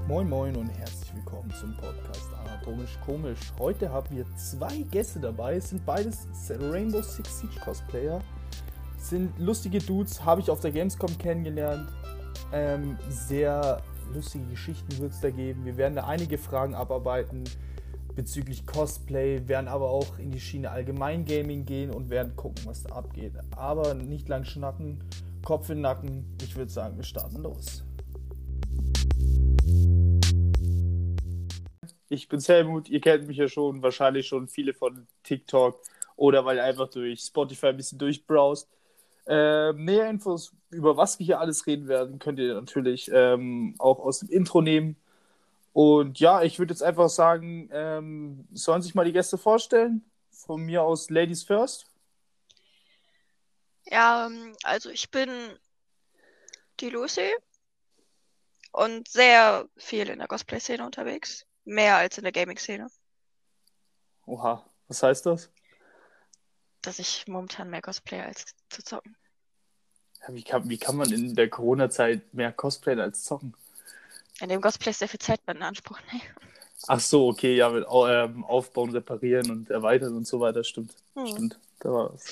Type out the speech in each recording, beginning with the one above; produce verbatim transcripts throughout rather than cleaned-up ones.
Moin Moin und herzlich willkommen zum Podcast Anatomisch Komisch. Heute haben wir zwei Gäste dabei, es sind beides Rainbow Six Siege Cosplayer, sind lustige Dudes, habe ich auf der Gamescom kennengelernt. Ähm, sehr lustige Geschichten wird es da geben. Wir werden da einige Fragen abarbeiten bezüglich Cosplay, werden aber auch in die Schiene Allgemeingaming gehen und werden gucken, was da abgeht. Aber nicht lang schnacken, Kopf in den Nacken. Ich würde sagen, wir starten los. Ich bin's Helmut, ihr kennt mich ja schon, wahrscheinlich schon viele von TikTok oder weil ihr einfach durch Spotify ein bisschen durchbrowst. Ähm, mehr Infos, über was wir hier alles reden werden, könnt ihr natürlich ähm, auch aus dem Intro nehmen. Und ja, ich würde jetzt einfach sagen, ähm, sollen sich mal die Gäste vorstellen? Von mir aus Ladies first. Ja, also ich bin die Lucy und sehr viel in der Cosplay-Szene unterwegs. Mehr als in der Gaming-Szene. Oha, was heißt das? Dass ich momentan mehr Cosplay als zu zocken. Ja, wie, kann, wie kann man in der Corona-Zeit mehr cosplayen als zocken? In dem Cosplay ist sehr viel Zeit in Anspruch. Ne? Ach so, okay, ja, mit ähm, Aufbauen, Reparieren und Erweitern und so weiter, stimmt. Hm. Stimmt, da war was.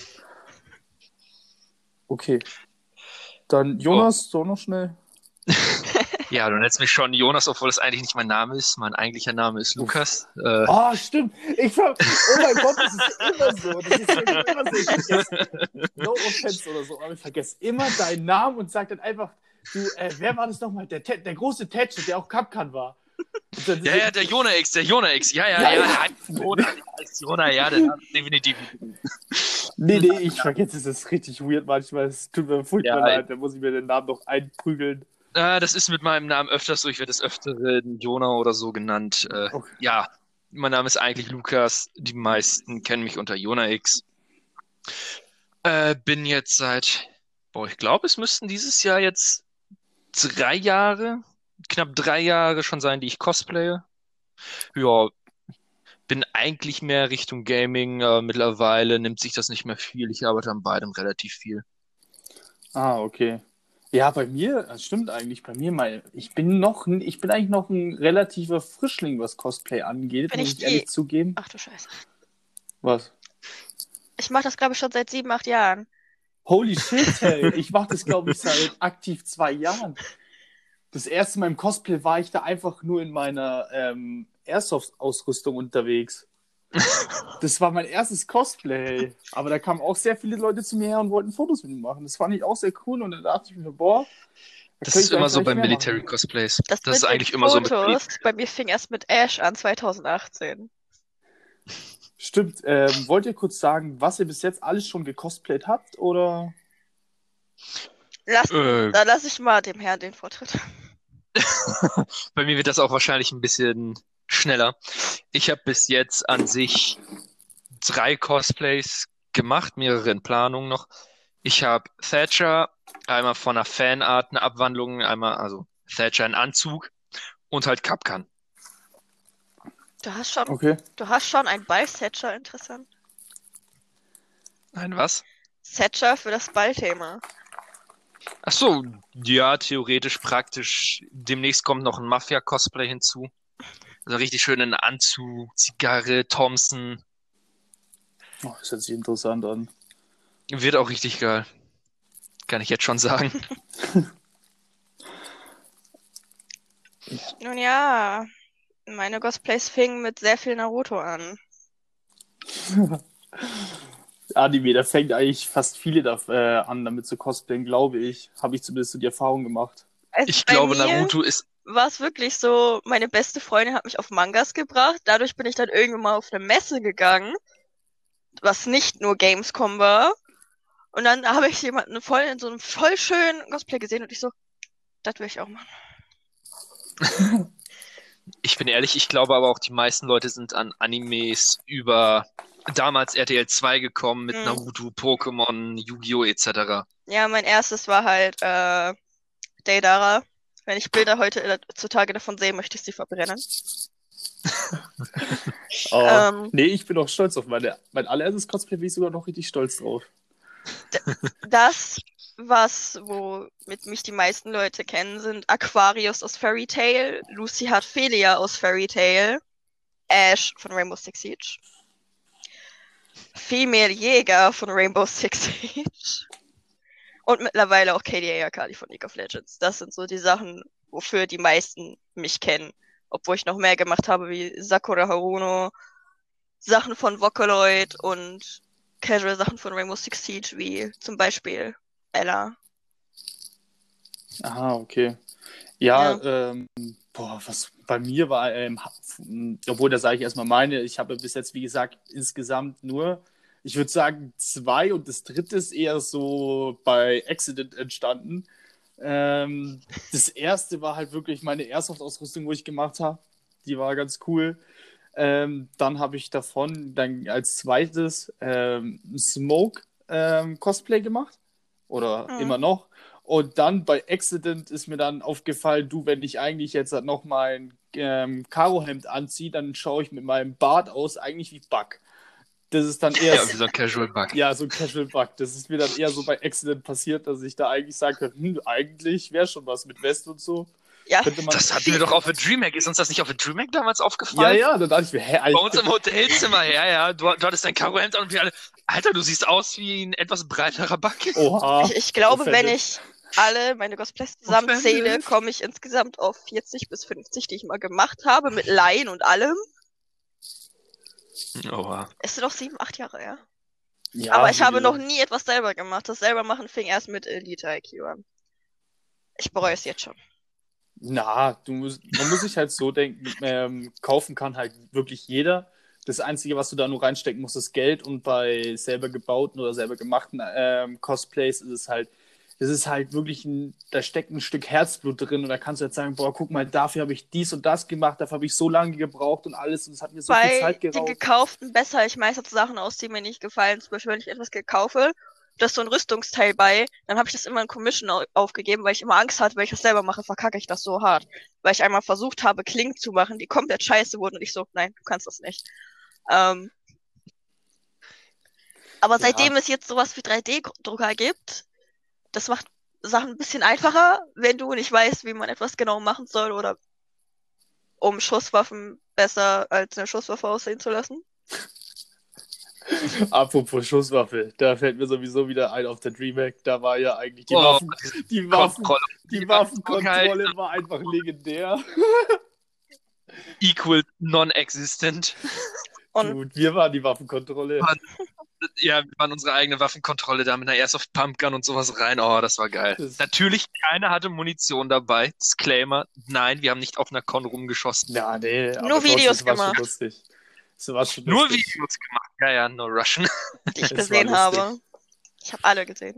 Okay. Dann Jonas, oh. so noch schnell. Ja, du nennst mich schon Jonas, obwohl das eigentlich nicht mein Name ist. Mein eigentlicher Name ist Lukas. Äh, oh, stimmt. Ich ver- oh mein Gott, das ist immer so. Das ist immer so. Ich vergesse, no offense oder so, aber ich vergesse immer deinen Namen und sage dann einfach, du, äh, wer war das nochmal? Der, Te- der große Tetche, der auch Kapkan war. Dann, ja, ja, der Jona X, der Jona X. Ja, ja, ja. ja, ja. Jona, Jona, ja, der Name ist definitiv. Nee, nee, ich vergesse es. Das ist richtig weird manchmal. Es tut mir furchtbar ja, leid. Da muss ich mir den Namen noch einprügeln. Äh, das ist mit meinem Namen öfters so. Ich werde des Öfteren Jona oder so genannt. Äh, okay. Ja, mein Name ist eigentlich Lukas. Die meisten kennen mich unter Jona X. Äh, bin jetzt seit, boah, ich glaube, es müssten dieses Jahr jetzt drei Jahre, knapp drei Jahre schon sein, die ich cosplaye. Ja, bin eigentlich mehr Richtung Gaming. Äh, mittlerweile nimmt sich das nicht mehr viel. Ich arbeite an beidem relativ viel. Ah, okay. Ja, bei mir, das stimmt eigentlich, bei mir mal, ich bin noch, ich bin eigentlich noch ein relativer Frischling, was Cosplay angeht, bin muss ich ich die... ehrlich zugeben. Ach du Scheiße. Was? Ich mache das, glaube ich, schon seit sieben, acht Jahren. Holy shit, hey. Ich mache das, glaube ich, seit aktiv zwei Jahren. Das erste Mal im Cosplay war ich da einfach nur in meiner ähm, Airsoft-Ausrüstung unterwegs. Das war mein erstes Cosplay. Aber da kamen auch sehr viele Leute zu mir her und wollten Fotos mit mir machen. Das fand ich auch sehr cool und dann dachte ich mir, boah. Da das ist immer so bei Military machen. Cosplays. Das, das ist eigentlich Fotos, immer so mit. Bei mir fing erst mit Ash an, zwanzig achtzehn. Stimmt. Ähm, wollt ihr kurz sagen, was ihr bis jetzt alles schon gecosplayt habt, oder? Lass, äh. Dann lasse ich mal dem Herrn den Vortritt. Bei mir wird das auch wahrscheinlich ein bisschen schneller. Ich habe bis jetzt an sich drei Cosplays gemacht, mehrere in Planung noch. Ich habe Thatcher, einmal von einer Fanart, eine Abwandlung, einmal, also Thatcher in Anzug und halt Kapkan. Du hast schon, okay. Du hast schon ein Ball-Thatcher, interessant. Ein was? Thatcher für das Ballthema. Ach so, ja, theoretisch, praktisch. Demnächst kommt noch ein Mafia-Cosplay hinzu. Also richtig schön in Anzug, Zigarre, Thompson. Oh, das hört sich interessant an. Wird auch richtig geil. Kann ich jetzt schon sagen. Nun ja, meine Cosplays fingen mit sehr viel Naruto an. Anime, da fängt eigentlich fast viele da, äh, an, damit zu cosplayen, glaube ich. Habe ich zumindest so die Erfahrung gemacht. Also ich glaube, Naruto ist... war es wirklich so, meine beste Freundin hat mich auf Mangas gebracht. Dadurch bin ich dann irgendwann mal auf eine Messe gegangen, was nicht nur Gamescom war. Und dann habe ich jemanden voll in so einem voll schönen Cosplay gesehen und ich so, das will ich auch machen. Ich bin ehrlich, ich glaube aber auch, die meisten Leute sind an Animes über damals R T L zwei gekommen mit hm. Naruto, Pokémon, Yu-Gi-Oh! et cetera. Ja, mein erstes war halt äh, Deidara. Wenn ich Bilder heute zutage davon sehe, möchte ich sie verbrennen. oh, ähm, nee, ich bin auch stolz auf meine, mein allererstes Cosplay, bin ich sogar noch richtig stolz drauf. D- das was, womit mich die meisten Leute kennen, sind Aquarius aus Fairy Tail, Lucy Hartfelia aus Fairy Tail, Ash von Rainbow Six Siege, Female Jäger von Rainbow Six Siege und mittlerweile auch Katie Akali von League of Legends. Das sind so die Sachen, wofür die meisten mich kennen. Obwohl ich noch mehr gemacht habe, wie Sakura Haruno, Sachen von Vocaloid und Casual-Sachen von Rainbow Six Siege, wie zum Beispiel Ella. Ah, okay. Ja, Ja. ähm, boah, was bei mir war, ähm, ha- obwohl, da sage ich erstmal meine, ich habe bis jetzt, wie gesagt, insgesamt nur, ich würde sagen, zwei und das dritte ist eher so bei Accident entstanden. Ähm, das erste war halt wirklich meine Airsoft-Ausrüstung, wo ich gemacht habe. Die war ganz cool. Ähm, dann habe ich davon dann als zweites ähm, ein Smoke-Cosplay gemacht. Oder Mhm. immer noch. Und dann bei Accident ist mir dann aufgefallen, du, wenn ich eigentlich jetzt noch mein ähm, Karohemd anziehe, dann schaue ich mit meinem Bart aus eigentlich wie Bug. Das ist dann eher Ja, wie so ein Casual Bug. ja, so ein Casual Bug. Das ist mir dann eher so bei Accident passiert, dass ich da eigentlich sagen könnte, hm, eigentlich wäre schon was mit West und so. Ja, Könnte man, Das hatten wir doch auf der DreamHack. Ist uns das nicht auf der DreamHack damals ja, aufgefallen? ja, dann dachte ich mir, hä, Bei uns eigentlich, im Hotelzimmer, ja, ja. Du, du hattest dein Karohemd an und wir alle, Alter, du siehst aus wie ein etwas breiterer Bug. oha. ich, ich glaube, wenn offended. ich alle meine Cosplays zusammenzähle, Offended. komme ich insgesamt auf vierzig bis fünfzig, die ich mal gemacht habe, mit Laien und allem. Oha. Es sind noch sieben, acht Jahre, ja. Ja, Aber ich wie habe noch gesagt. nie etwas selber gemacht. Das selber machen fing erst mit Elite I Q an. Ich bereue es jetzt schon. Na, du musst, man muss sich halt so denken, ähm, kaufen kann halt wirklich jeder. Das Einzige, was du da nur reinstecken musst, ist Geld. Und bei selber gebauten oder selber gemachten ähm, Cosplays ist es halt, das ist halt wirklich ein, da steckt ein Stück Herzblut drin. Und da kannst du jetzt sagen, boah, guck mal, dafür habe ich dies und das gemacht, dafür habe ich so lange gebraucht und alles. Und es hat mir so viel Bei Zeit den geraubt. gekauften besser ich meistens Sachen aus, die mir nicht gefallen. Zum Beispiel, wenn ich etwas gekaufe, da ist so ein Rüstungsteil bei, dann habe ich das immer in Commission au- aufgegeben, weil ich immer Angst hatte, wenn ich das selber mache, verkacke ich das so hart. Weil ich einmal versucht habe, Klingen zu machen, die komplett scheiße wurden und ich so, nein, du kannst das nicht. Ähm, aber Ja. seitdem es jetzt sowas wie drei D-Drucker gibt, das macht Sachen ein bisschen einfacher, wenn du nicht weißt, wie man etwas genau machen soll oder um Schusswaffen besser als eine Schusswaffe aussehen zu lassen. Apropos Schusswaffe, da fällt mir sowieso wieder ein auf der DreamHack. Da war ja eigentlich die Oh, Waffen, diese die Waffen, Kontrolle. die Die Waffenkontrolle war einfach legendär. Equal non-existent. Und Dude, wir waren die Waffenkontrolle. Mann. Ja, wir waren unsere eigene Waffenkontrolle da mit einer Airsoft Pumpgun und sowas rein. Oh, das war geil. Das- Natürlich, keiner hatte Munition dabei. Disclaimer, nein, wir haben nicht auf einer Con rumgeschossen. Ja, nee, aber Nur trotzdem, Videos es war gemacht. schon lustig. Es war schon Nur lustig. Videos gemacht. Ja, ja, no Russian. die ich Es war gesehen lustig. habe. Ich habe alle gesehen.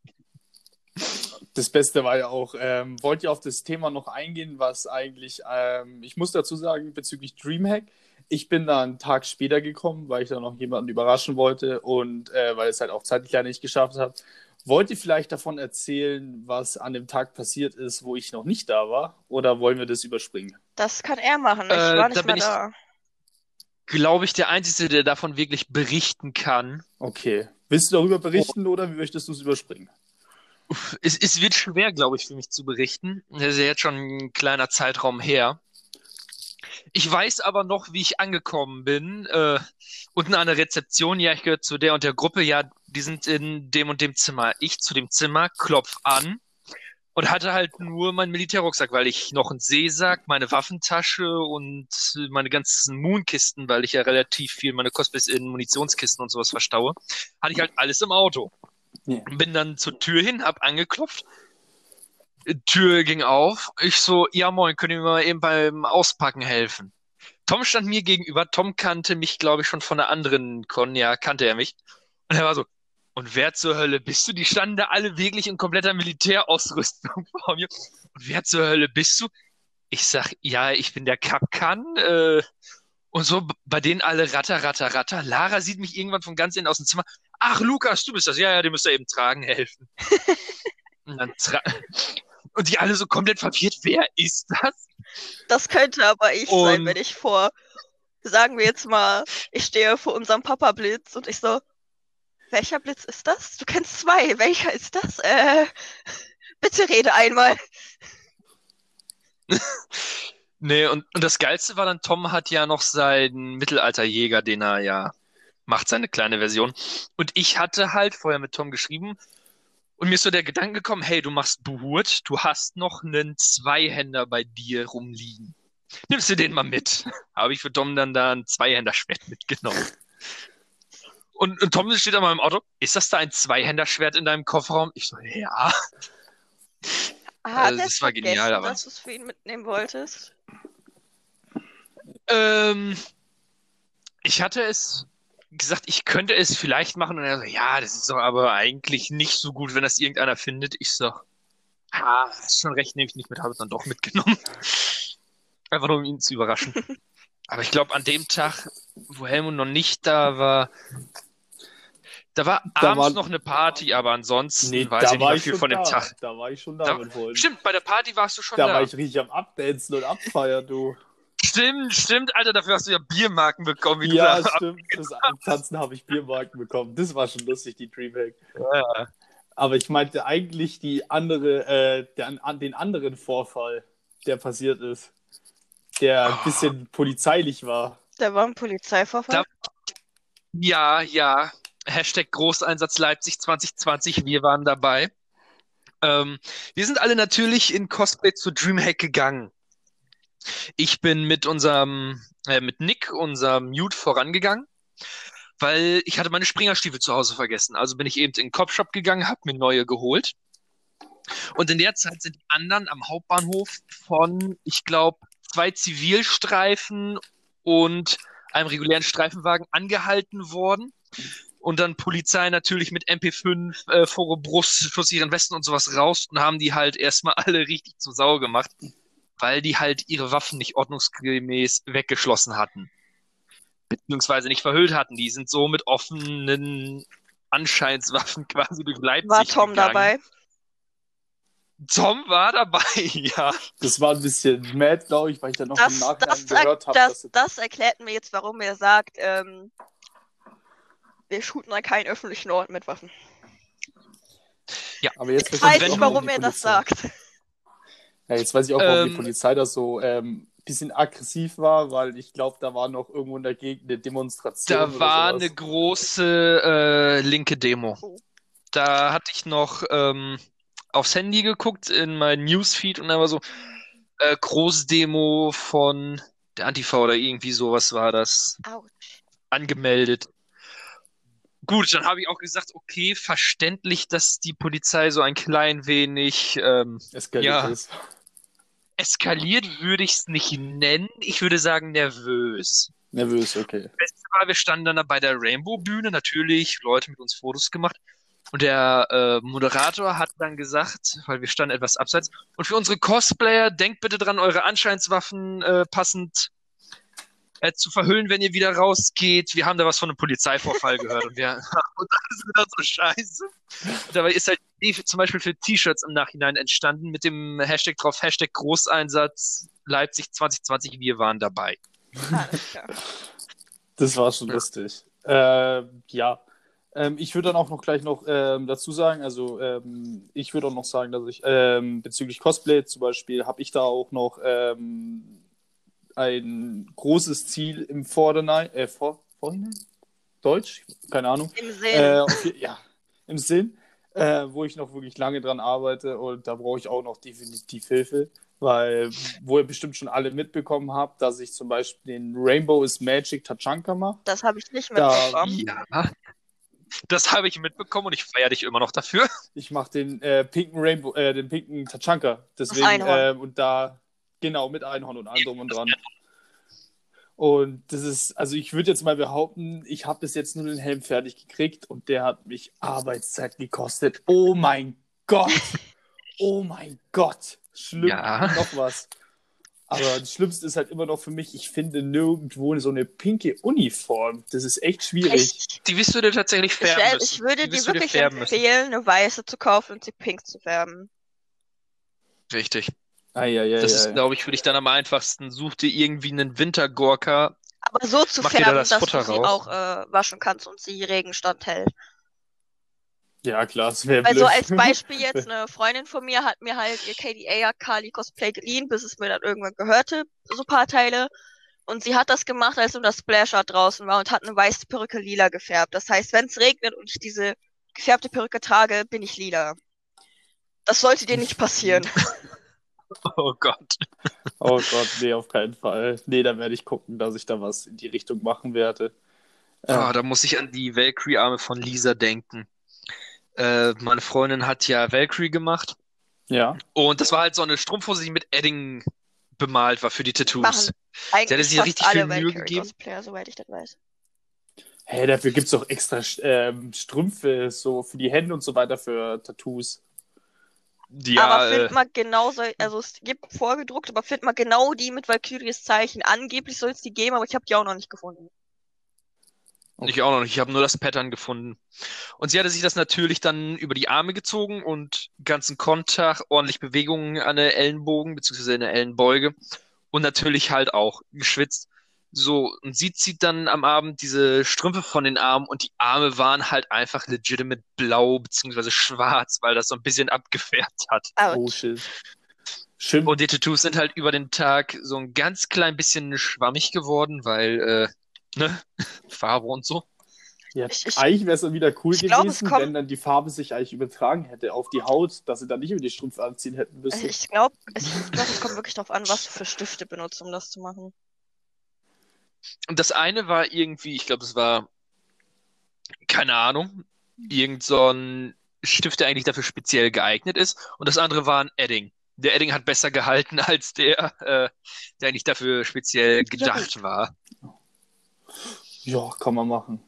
Das Beste war ja auch, ähm, wollt ihr auf das Thema noch eingehen, was eigentlich, ähm, ich muss dazu sagen, bezüglich DreamHack, ich bin da einen Tag später gekommen, weil ich da noch jemanden überraschen wollte und äh, weil es halt auch zeitlich leider nicht geschafft habe. Wollt ihr vielleicht davon erzählen, was an dem Tag passiert ist, wo ich noch nicht da war? Oder wollen wir das überspringen? Das kann er machen. Ich Äh, war da nicht bin mehr ich- da. Glaube ich, der Einzige, der davon wirklich berichten kann. Okay. Willst du darüber berichten oder möchtest du es überspringen? Uff, Es, es wird schwer, glaube ich, für mich zu berichten. Das ist ja jetzt schon ein kleiner Zeitraum her. Ich weiß aber noch, wie ich angekommen bin. Äh, unten an der Rezeption, ja, ich gehöre zu der und der Gruppe, ja, die sind in dem und dem Zimmer. Ich zu dem Zimmer, klopf an und hatte halt nur meinen Militärrucksack, weil ich noch einen Seesack, meine Waffentasche und meine ganzen Moonkisten, weil ich ja relativ viel meine Cosplays in Munitionskisten und sowas verstaue, hatte ich halt alles im Auto. Ja. Bin dann zur Tür hin, hab angeklopft. Tür ging auf. Ich so, ja moin, könnt ihr mir mal eben beim Auspacken helfen? Tom stand mir gegenüber. Tom kannte mich, glaube ich, schon von einer anderen Con. Ja, kannte er mich. Und er war so, und wer zur Hölle bist du? Die standen da alle wirklich in kompletter Militärausrüstung vor mir. Und wer zur Hölle bist du? Ich sag, ja, ich bin der Kapkan. Äh, und so b- bei denen alle ratter, ratter, ratter. Lara sieht mich irgendwann von ganz innen aus dem Zimmer. Ach, Lukas, du bist das. Ja, ja, den müsst ihr eben tragen helfen. Und dann tra und die alle so komplett verwirrt. Wer ist das? Das könnte aber ich sein, Und- wenn ich vor, sagen wir jetzt mal, ich stehe vor unserem Papa Blitz und ich so, Welcher Blitz ist das? Du kennst zwei. Welcher ist das? Äh, bitte rede einmal. Nee, und, und das Geilste war dann, Tom hat ja noch seinen Mittelalterjäger, den er ja macht, seine kleine Version. Und ich hatte halt vorher mit Tom geschrieben und mir ist so der Gedanke gekommen, hey, du machst Buhurt, du hast noch einen Zweihänder bei dir rumliegen. Nimmst du den mal mit? Habe ich für Tom dann da ein Zweihänderschwert mitgenommen. Und, und Tom steht an meinem Auto, ist das da ein Zweihänderschwert in deinem Kofferraum? Ich so, ja. Ah, Also, das war genial, aber- dass du es für ihn mitnehmen wolltest. Ähm, ich hatte es gesagt, ich könnte es vielleicht machen. Und er so, ja, das ist doch aber eigentlich nicht so gut, wenn das irgendeiner findet. Ich so, ah, hast schon recht, nehme ich nicht mit, habe es dann doch mitgenommen. Einfach nur, um ihn zu überraschen. Aber ich glaube, an dem Tag, wo Helmut noch nicht da war, da war Da abends war- noch eine Party, aber ansonsten Nee, weiß da ich nicht war mehr ich viel schon von dem da. Tag. Da war ich schon da, Da- mit Freunden. Stimmt, bei der Party warst du schon Da da. war ich richtig am Abdancen und Abfeiern, du. Stimmt, stimmt, Alter, dafür hast du ja Biermarken bekommen, wie Ja, du da. stimmt. Fürs Abtanzen habe ich Biermarken bekommen. Das war schon lustig, die Dreamhack. Ja. Aber ich meinte eigentlich die andere, äh, der, an, den anderen Vorfall, der passiert ist. Der ein Oh. bisschen polizeilich war. Da war ein Polizeivorfall. Da- Ja, ja. Hashtag Großeinsatz Leipzig zwanzig zwanzig, wir waren dabei. Ähm, wir sind alle natürlich in Cosplay zur Dreamhack gegangen. Ich bin mit unserem, äh, mit Nick, unserem Mute, vorangegangen, weil ich hatte meine Springerstiefel zu Hause vergessen. Also bin ich eben in den Cop-Shop gegangen, habe mir neue geholt. Und in der Zeit sind die anderen am Hauptbahnhof von, ich glaube, zwei Zivilstreifen und einem regulären Streifenwagen angehalten worden. Und dann Polizei natürlich mit M P fünf äh, vor der Brust, Schutz ihren Westen und sowas raus und haben die halt erstmal alle richtig zur Sau gemacht, weil die halt ihre Waffen nicht ordnungsgemäß weggeschlossen hatten. Beziehungsweise nicht verhüllt hatten. Die sind so mit offenen Anscheinswaffen quasi durch Leipzig War Tom gegangen. dabei? Tom war dabei, ja. Das war ein bisschen mad, glaube ich, weil ich dann noch Das, im Nachhinein das, gehört habe, das, dass das erklärt mir jetzt, warum er sagt, ähm, wir shooten an keinen öffentlichen Ort mit Waffen. aber jetzt Ich verstehe weiß wenn nicht, auch, warum die er das Polizei- sagt. Ja, jetzt weiß ich auch, warum die Ähm, Polizei da so ähm, ein bisschen aggressiv war, weil ich glaube, da war noch irgendwo in der Gegend eine Demonstration. Da oder war sowas. eine große äh, linke Demo. Oh. Da hatte ich noch ähm, aufs Handy geguckt in meinen Newsfeed und da war so äh, Großdemo von der Antifa oder irgendwie sowas war das Autsch. angemeldet. Gut, dann habe ich auch gesagt, okay, verständlich, dass die Polizei so ein klein wenig ähm, Eskaliert Ja. ist. eskaliert, würde ich es nicht nennen. Ich würde sagen nervös. Nervös, okay. Beste war, wir standen dann da bei der Rainbow-Bühne, natürlich Leute mit uns Fotos gemacht. Und der äh, Moderator hat dann gesagt, weil wir standen etwas abseits, und für unsere Cosplayer, denkt bitte dran, eure Anscheinswaffen äh, passend äh, zu verhüllen, wenn ihr wieder rausgeht. Wir haben da was von einem Polizeivorfall gehört und wir und das ist wieder so scheiße. Und dabei ist halt die zum Beispiel für T-Shirts im Nachhinein entstanden mit dem Hashtag drauf, Hashtag Großeinsatz Leipzig zwanzig zwanzig, wir waren dabei. Alles klar. Das war schon Ja. lustig. Ähm, ja. Ähm, ich würde dann auch noch gleich noch ähm, dazu sagen, also ähm, ich würde auch noch sagen, dass ich ähm, bezüglich Cosplay zum Beispiel, habe ich da auch noch ähm, ein großes Ziel im Vorhinein, äh, vor, Vorhinein? Deutsch? Keine Ahnung. Im Sinn. Äh, auf, je- ja, im Sinn, äh, wo ich noch wirklich lange dran arbeite und da brauche ich auch noch definitiv Hilfe, weil, wo ihr bestimmt schon alle mitbekommen habt, dass ich zum Beispiel den Rainbow is Magic Tachanka mache. Das habe ich nicht Da- mitbekommen. Ja, das habe ich mitbekommen und ich feiere dich immer noch dafür. Ich mache den äh, pinken Rainbow, äh, den pinken Tachanka. Deswegen, Einhorn. äh, und da, genau, mit Einhorn und allem drum und dran. Und das ist, also ich würde jetzt mal behaupten, ich habe bis jetzt nur den Helm fertig gekriegt und der hat mich Arbeitszeit gekostet. Oh mein Gott! Oh mein Gott! Schlimm, Ja. noch was. Aber das Schlimmste ist halt immer noch für mich, ich finde nirgendwo so eine pinke Uniform. Das ist echt schwierig. Echt? Die wirst du dir tatsächlich Ich, färben wär- müssen. ich würde Die dir wirst du dir wirklich färben müssen. empfehlen, eine weiße zu kaufen und sie pink zu färben. Richtig. Eieiei. Das ist, glaube ich, für dich dann am einfachsten. Such dir irgendwie einen Wintergorka. Aber so zu Mach dir da färben, das dass Futter du sie raus. auch äh, waschen kannst und sie Regenstand hält. Ja, klar, es wäre Also blöd. als Beispiel jetzt, eine Freundin von mir hat mir halt ihr K D A Kali Cosplay geliehen, bis es mir dann irgendwann gehörte, so ein paar Teile. Und sie hat das gemacht, als nur das Splash-Art draußen war und hat eine weiße Perücke lila gefärbt. Das heißt, wenn es regnet und ich diese gefärbte Perücke trage, bin ich lila. Das sollte dir nicht passieren. Oh Gott. Oh Gott, nee, auf keinen Fall. Nee, da werde ich gucken, dass ich da was in die Richtung machen werde. Ah, da muss ich an die Valkyrie-Arme von Lisa denken. Äh, meine Freundin hat ja Valkyrie gemacht. Ja. Und das war halt so eine Strumpfhose, die mit Edding bemalt war für die Tattoos. Machen Sie eigentlich hatte sich fast richtig viel alle Mühe gegeben. Valkyrie-Cosplayer, soweit ich das weiß. Hey, dafür gibt es doch extra ähm, Strümpfe, so für die Hände und so weiter für Tattoos. Ja, aber äh, findet man genauso, also es gibt vorgedruckt, aber findet man genau die mit Valkyries Zeichen. Angeblich soll es die geben, aber ich habe die auch noch nicht gefunden. ich auch noch nicht. Ich habe nur das Pattern gefunden. Und sie hatte sich das natürlich dann über die Arme gezogen und ganzen Kontakt, ordentlich Bewegungen an der Ellenbogen, beziehungsweise in der Ellenbeuge. Und natürlich halt auch geschwitzt. So, und sie zieht dann am Abend diese Strümpfe von den Armen und die Arme waren halt einfach legitimate blau, beziehungsweise schwarz, weil das so ein bisschen abgefärbt hat. Oh Ouch. shit. Schön. Und die Tattoos sind halt über den Tag so ein ganz klein bisschen schwammig geworden, weil, äh, ne, Farbe und so. Ja, Ich- ich- eigentlich wäre es dann wieder cool ich glaub, es gewesen, kommt- wenn dann die Farbe sich eigentlich übertragen hätte auf die Haut, dass sie dann nicht über die Strümpfe anziehen hätten müssen. Ich glaube, ich glaub, es kommt wirklich darauf an, was du für Stifte benutzt, um das zu machen. Und das eine war irgendwie, ich glaube, es war, keine Ahnung, irgend so ein Stift, der eigentlich dafür speziell geeignet ist. Und das andere war ein Edding. Der Edding hat besser gehalten als der, äh, der eigentlich dafür speziell gedacht war. Ja, kann man machen.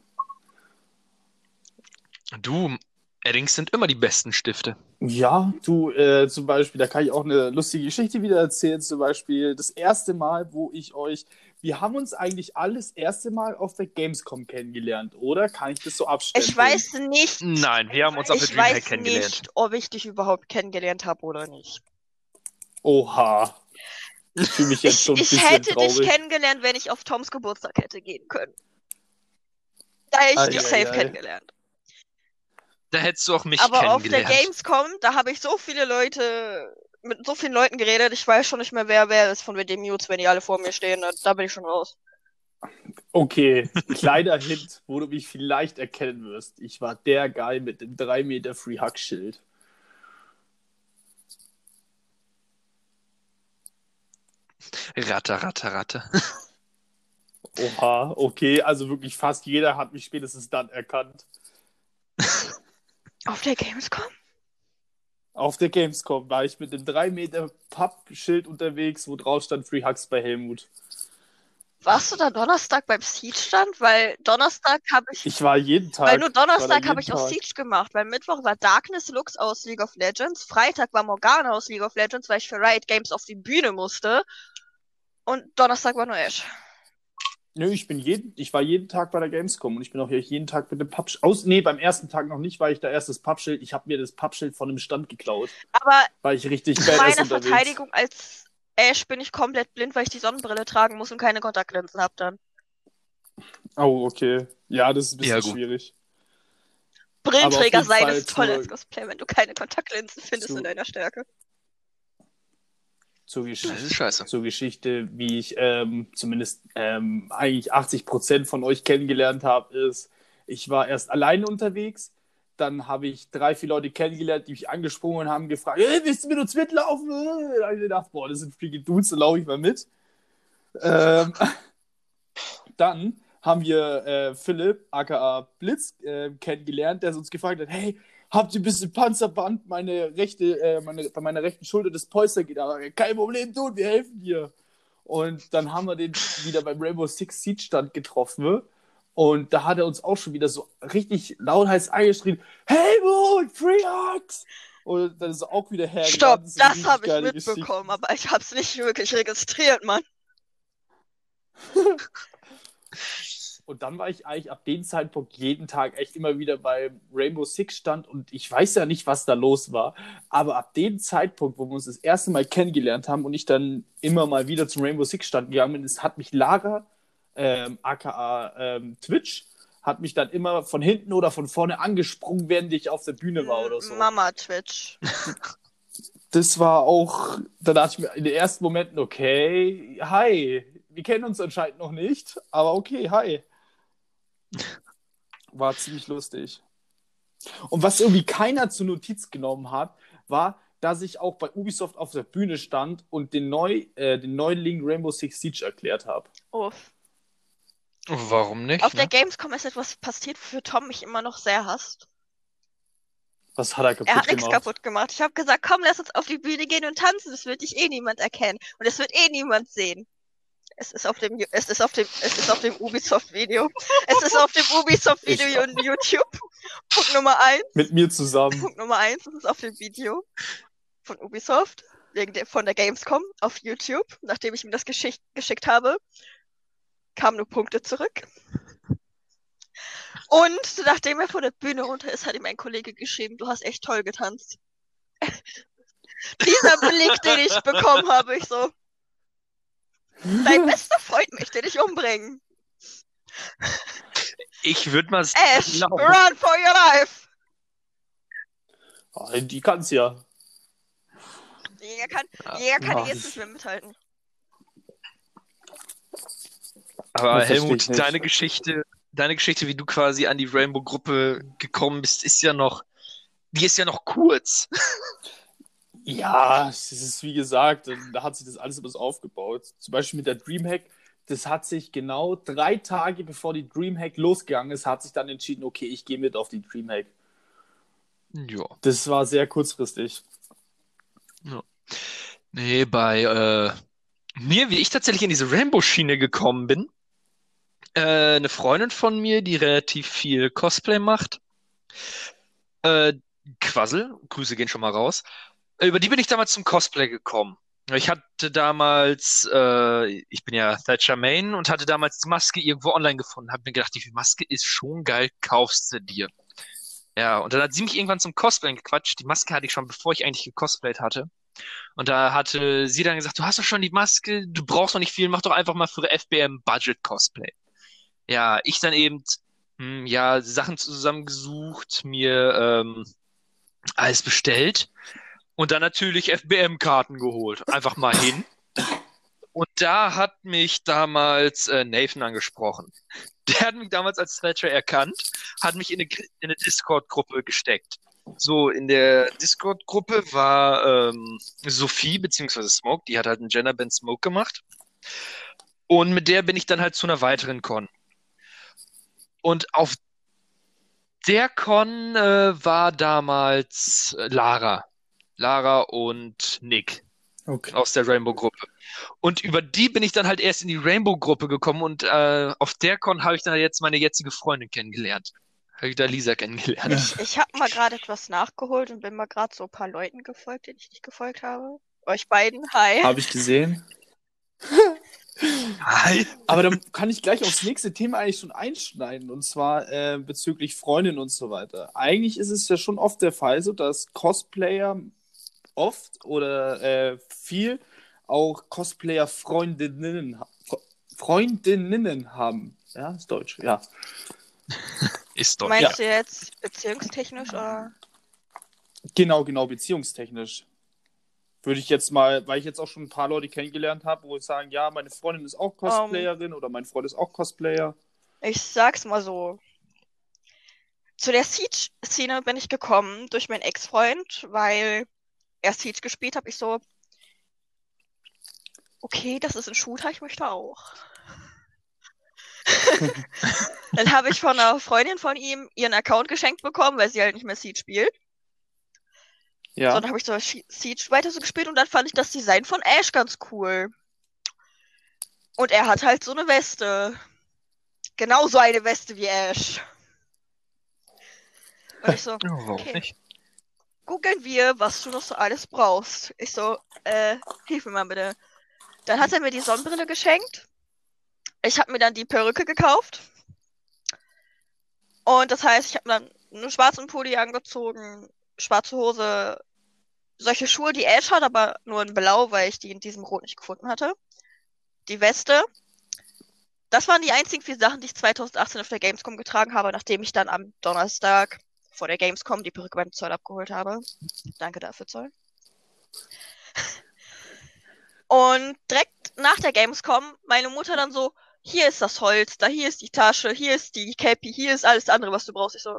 Du, Eddings sind immer die besten Stifte. Ja, du, äh, zum Beispiel, da kann ich auch eine lustige Geschichte wieder erzählen. Zum Beispiel das erste Mal, wo ich euch, wir haben uns eigentlich alles erste Mal auf der Gamescom kennengelernt, oder? Kann ich das so abstellen? Ich weiß nicht, Nein, wir haben uns auf der ich Dreamhack weiß kennengelernt. nicht, ob ich dich überhaupt kennengelernt habe oder nicht. Oha. Ich fühle mich jetzt Ich, schon ein ich bisschen hätte traurig. dich kennengelernt, wenn ich auf Toms Geburtstag hätte gehen können. Da hätte ich Ei, dich ei, safe ei. kennengelernt. Da hättest du auch mich Aber auf der kennengelernt. Gamescom, da habe ich so viele Leute, mit so vielen Leuten geredet, ich weiß schon nicht mehr, wer wer ist von den Mutes, wenn die alle vor mir stehen. Da, da bin ich schon raus. Okay, kleiner Hint, wo du mich vielleicht erkennen wirst. Ich war der Guy mit dem drei Meter Free Hug Schild. Ratte, Ratte, Ratte. Oha, okay, also wirklich fast jeder hat mich spätestens dann erkannt. Auf der Gamescom? Auf der Gamescom war ich mit dem drei Meter Pappschild unterwegs, wo drauf stand Free Hugs bei Helmut. Warst du da Donnerstag beim Siege-Stand? Weil Donnerstag habe ich. Ich war jeden Tag. Weil nur war da Donnerstag jeden habe ich auch Tag. Siege gemacht, weil Mittwoch war Darkness Lux aus League of Legends, Freitag war Morgana aus League of Legends, weil ich für Riot Games auf die Bühne musste. Und Donnerstag war nur Ash. Nö, ich bin jeden, ich war jeden Tag bei der Gamescom und ich bin auch hier jeden Tag mit dem Pappschild. Aus, nee, beim ersten Tag noch nicht, weil ich da erst das Pappschild. Ich habe mir das Pappschild von einem Stand geklaut, Aber weil ich richtig zu badass meiner unterwegs. Verteidigung als Ash bin ich komplett blind, weil ich die Sonnenbrille tragen muss und keine Kontaktlinsen habe dann. Oh, okay. Ja, das ist ein bisschen Ja, gut. schwierig. Brillenträger jeden sein Fall ist toll zur- als Cosplay, wenn du keine Kontaktlinsen findest zu- in deiner Stärke. Zur Das Geschichte. ist scheiße. Zur Geschichte, wie ich ähm, zumindest ähm, eigentlich achtzig Prozent von euch kennengelernt habe, ist, ich war erst alleine unterwegs, dann habe ich drei, vier Leute kennengelernt, die mich angesprungen und haben gefragt, hey, willst du mit uns mitlaufen? Da habe ich gedacht, boah, das sind fliege Dudes, da laufe ich mal mit. Ähm, dann haben wir äh, Philipp, aka Blitz, äh, kennengelernt, der uns gefragt hat, hey, habt ihr ein bisschen Panzerband? Meine rechte, äh, meine, bei meiner rechten Schulter das Polster geht, aber kein Problem, du, wir helfen dir. Und dann haben wir den wieder beim Rainbow Six Siege Stand getroffen. Und da hat er uns auch schon wieder so richtig lautheiß angeschrien, Helmut, Free Hugs! Und dann ist er auch wieder hergegangen. Stopp, ist eine das richtig habe ich geile mitbekommen, Geschichte. aber ich habe es nicht wirklich registriert, Mann. Und dann war ich eigentlich ab dem Zeitpunkt jeden Tag echt immer wieder beim Rainbow Six Stand und ich weiß ja nicht, was da los war, aber ab dem Zeitpunkt, wo wir uns das erste Mal kennengelernt haben und ich dann immer mal wieder zum Rainbow Six Stand gegangen bin, ist, hat mich Lara, ähm, aka ähm, Twitch, hat mich dann immer von hinten oder von vorne angesprungen, während ich auf der Bühne war oder so. Mama Twitch. Das war auch, da dachte ich mir in den ersten Momenten, okay, hi, wir kennen uns anscheinend noch nicht, aber okay, hi. War ziemlich lustig. Und was irgendwie keiner zur Notiz genommen hat, war, dass ich auch bei Ubisoft auf der Bühne stand und den, Neu, äh, den Neuling Rainbow Six Siege erklärt habe. Uff. Warum nicht? Auf ne? der Gamescom ist etwas passiert, wofür Tom mich immer noch sehr hasst. Was hat er kaputt Er hat nichts gemacht? kaputt gemacht. Ich habe gesagt, komm, lass uns auf die Bühne gehen und tanzen. Das wird dich eh niemand erkennen. Und es wird eh niemand sehen. Es ist auf dem, es ist auf dem, es ist auf dem Ubisoft-Video. Es ist auf dem Ubisoft-Video Ich- und YouTube. Punkt Nummer eins. Mit mir zusammen. Punkt Nummer eins, es ist auf dem Video von Ubisoft, wegen der, von der Gamescom auf YouTube. Nachdem ich ihm das geschick, geschickt habe, kamen nur Punkte zurück. Und nachdem er von der Bühne runter ist, hat ihm ein Kollege geschrieben, du hast echt toll getanzt. Dieser Blick, den ich bekommen habe, ich so, dein bester Freund möchte dich umbringen. Ich würde mal Ash, glauben. run for your life. Ah, die kann's ja. Jäger kann, Jäger kann Ja, jetzt das- nicht mehr mithalten. Aber Das verstehe Helmut, ich nicht. deine Geschichte, deine Geschichte, wie du quasi an die Rainbow-Gruppe gekommen bist, ist ja noch, die ist ja noch kurz. Ja, es ist wie gesagt, da hat sich das alles etwas aufgebaut. Zum Beispiel mit der Dreamhack, das hat sich genau drei Tage bevor die Dreamhack losgegangen ist, hat sich dann entschieden, okay, ich gehe mit auf die Dreamhack. Ja. Das war sehr kurzfristig. Nee, bei äh, mir, wie ich tatsächlich in diese Rainbow-Schiene gekommen bin, äh, eine Freundin von mir, die relativ viel Cosplay macht, äh, Quassel, Grüße gehen schon mal raus, äh, über die bin ich damals zum Cosplay gekommen. Ich hatte damals, äh, ich bin ja Thatcher Main und hatte damals die Maske irgendwo online gefunden, hab mir gedacht, die Maske ist schon geil, kaufst du dir. Ja, und dann hat sie mich irgendwann zum Cosplayen gequatscht. Die Maske hatte ich schon, bevor ich eigentlich gecosplayt hatte. Und da hatte sie dann gesagt, du hast doch schon die Maske, du brauchst noch nicht viel, mach doch einfach mal für F B M Budget Cosplay. Ja, ich dann eben, hm, ja, Sachen zusammengesucht, mir ähm, alles bestellt und dann natürlich F B M-Karten geholt. Einfach mal hin. Und da hat mich damals äh, Nathan angesprochen. Der hat mich damals als Thatcher erkannt, hat mich in eine, in eine Discord-Gruppe gesteckt. So, in der Discord-Gruppe war ähm, Sophie beziehungsweise Smoke, die hat halt einen Genderband Smoke gemacht. Und mit der bin ich dann halt zu einer weiteren Con. Und auf der Con äh, war damals äh, Lara. Lara und Nick Okay. aus der Rainbow-Gruppe. Und über die bin ich dann halt erst in die Rainbow-Gruppe gekommen und äh, auf der Con habe ich dann jetzt meine jetzige Freundin kennengelernt. Habe ich da Lisa kennengelernt. Ich, ich habe mal gerade etwas nachgeholt und bin mal gerade so ein paar Leuten gefolgt, denen ich nicht gefolgt habe. Euch beiden, hi. Habe ich gesehen. Hi. Aber dann kann ich gleich aufs nächste Thema eigentlich schon einschneiden, und zwar äh, bezüglich Freundin und so weiter. Eigentlich ist es ja schon oft der Fall so, dass Cosplayer oft oder äh, viel auch Cosplayer-Freundinnen ha- Fre- Freundinnen haben. Ja, ist Deutsch, ja. Ist doch. Meinst du jetzt beziehungstechnisch oder? Genau, genau, beziehungstechnisch. Würde ich jetzt mal, weil ich jetzt auch schon ein paar Leute kennengelernt habe, wo ich sagen, ja, meine Freundin ist auch Cosplayerin oder mein Freund ist auch Cosplayer. Ich sag's mal so. Zu der Siege-Szene bin ich gekommen durch meinen Ex-Freund, weil er Siege gespielt hat. Ich so, okay, das ist ein Shooter, ich möchte auch. Dann habe ich von einer Freundin von ihm ihren Account geschenkt bekommen, weil sie halt nicht mehr Siege spielt. Ja. So, dann habe ich so Siege weiter so gespielt und dann fand ich das Design von Ash ganz cool. Und er hat halt so eine Weste. Genau so eine Weste wie Ash. Und ich so, Ja, warum okay. nicht? Googeln wir, was du noch so alles brauchst. Ich so, äh, hilf mir mal bitte. Dann hat er mir die Sonnenbrille geschenkt. Ich habe mir dann die Perücke gekauft. Und das heißt, ich habe dann einen schwarzen Pulli angezogen, schwarze Hose, solche Schuhe, die Ash hat, aber nur in Blau, weil ich die in diesem Rot nicht gefunden hatte. Die Weste. das waren die einzigen vier Sachen, die ich zwanzig achtzehn auf der Gamescom getragen habe, nachdem ich dann am Donnerstag vor der Gamescom die Perücke beim Zoll abgeholt habe. Danke dafür, Zoll. Und direkt nach der Gamescom, meine Mutter dann so, hier ist das Holz, da hier ist die Tasche, hier ist die Cappy, hier ist alles andere, was du brauchst. Ich so,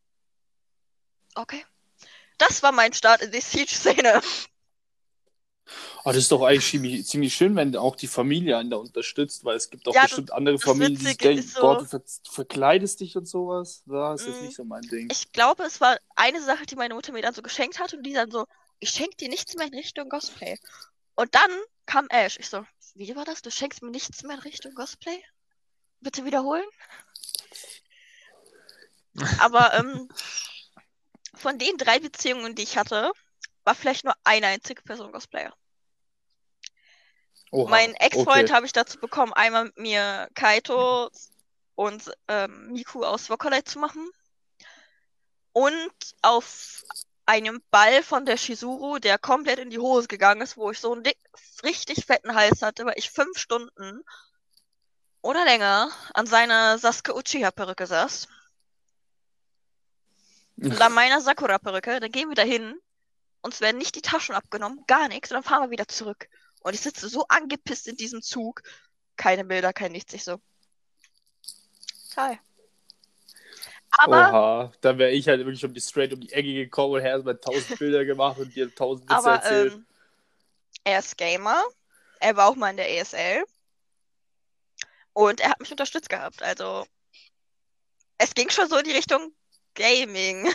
okay. Das war mein Start in die Siege-Szene. Oh, das ist doch eigentlich ziemlich, ziemlich schön, wenn auch die Familie einen da unterstützt, weil es gibt auch Ja, bestimmt andere das Familien, die sich Witzige denken, ist so- Gott, du ver verkleidest dich und sowas. Das ist jetzt Mm. nicht so mein Ding. Ich glaube, es war eine Sache, die meine Mutter mir dann so geschenkt hat und die dann so, ich schenke dir nichts mehr in Richtung Cosplay. Und dann kam Ash. Ich so, wie war das? Du schenkst mir nichts mehr in Richtung Cosplay? Bitte wiederholen? Aber ähm, von den drei Beziehungen, die ich hatte, war vielleicht nur eine einzige Person Cosplayer. Oha, Mein Ex-Freund okay. habe ich dazu bekommen, einmal mit mir Kaito und ähm, Miku aus Wokolai zu machen. Und auf einem Ball von der Shizuru, der komplett in die Hose gegangen ist, wo ich so einen dick, richtig fetten Hals hatte, weil ich fünf Stunden oder länger an seiner Sasuke Uchiha-Perücke saß. Und an meiner Sakura-Perücke, dann gehen wir da hin, uns werden nicht die Taschen abgenommen, gar nichts, und dann fahren wir wieder zurück. Und ich sitze so angepisst in diesem Zug. Keine Bilder, kein nichts. Ich so. Toll. Aber, Oha, da wäre ich halt wirklich um die straight um die Ecke gekommen und erstmal tausend Bilder gemacht und dir tausend Witze aber erzählt. ähm, er ist Gamer. Er war auch mal in der E S L. Und er hat mich unterstützt gehabt. Also, es ging schon so in die Richtung Gaming.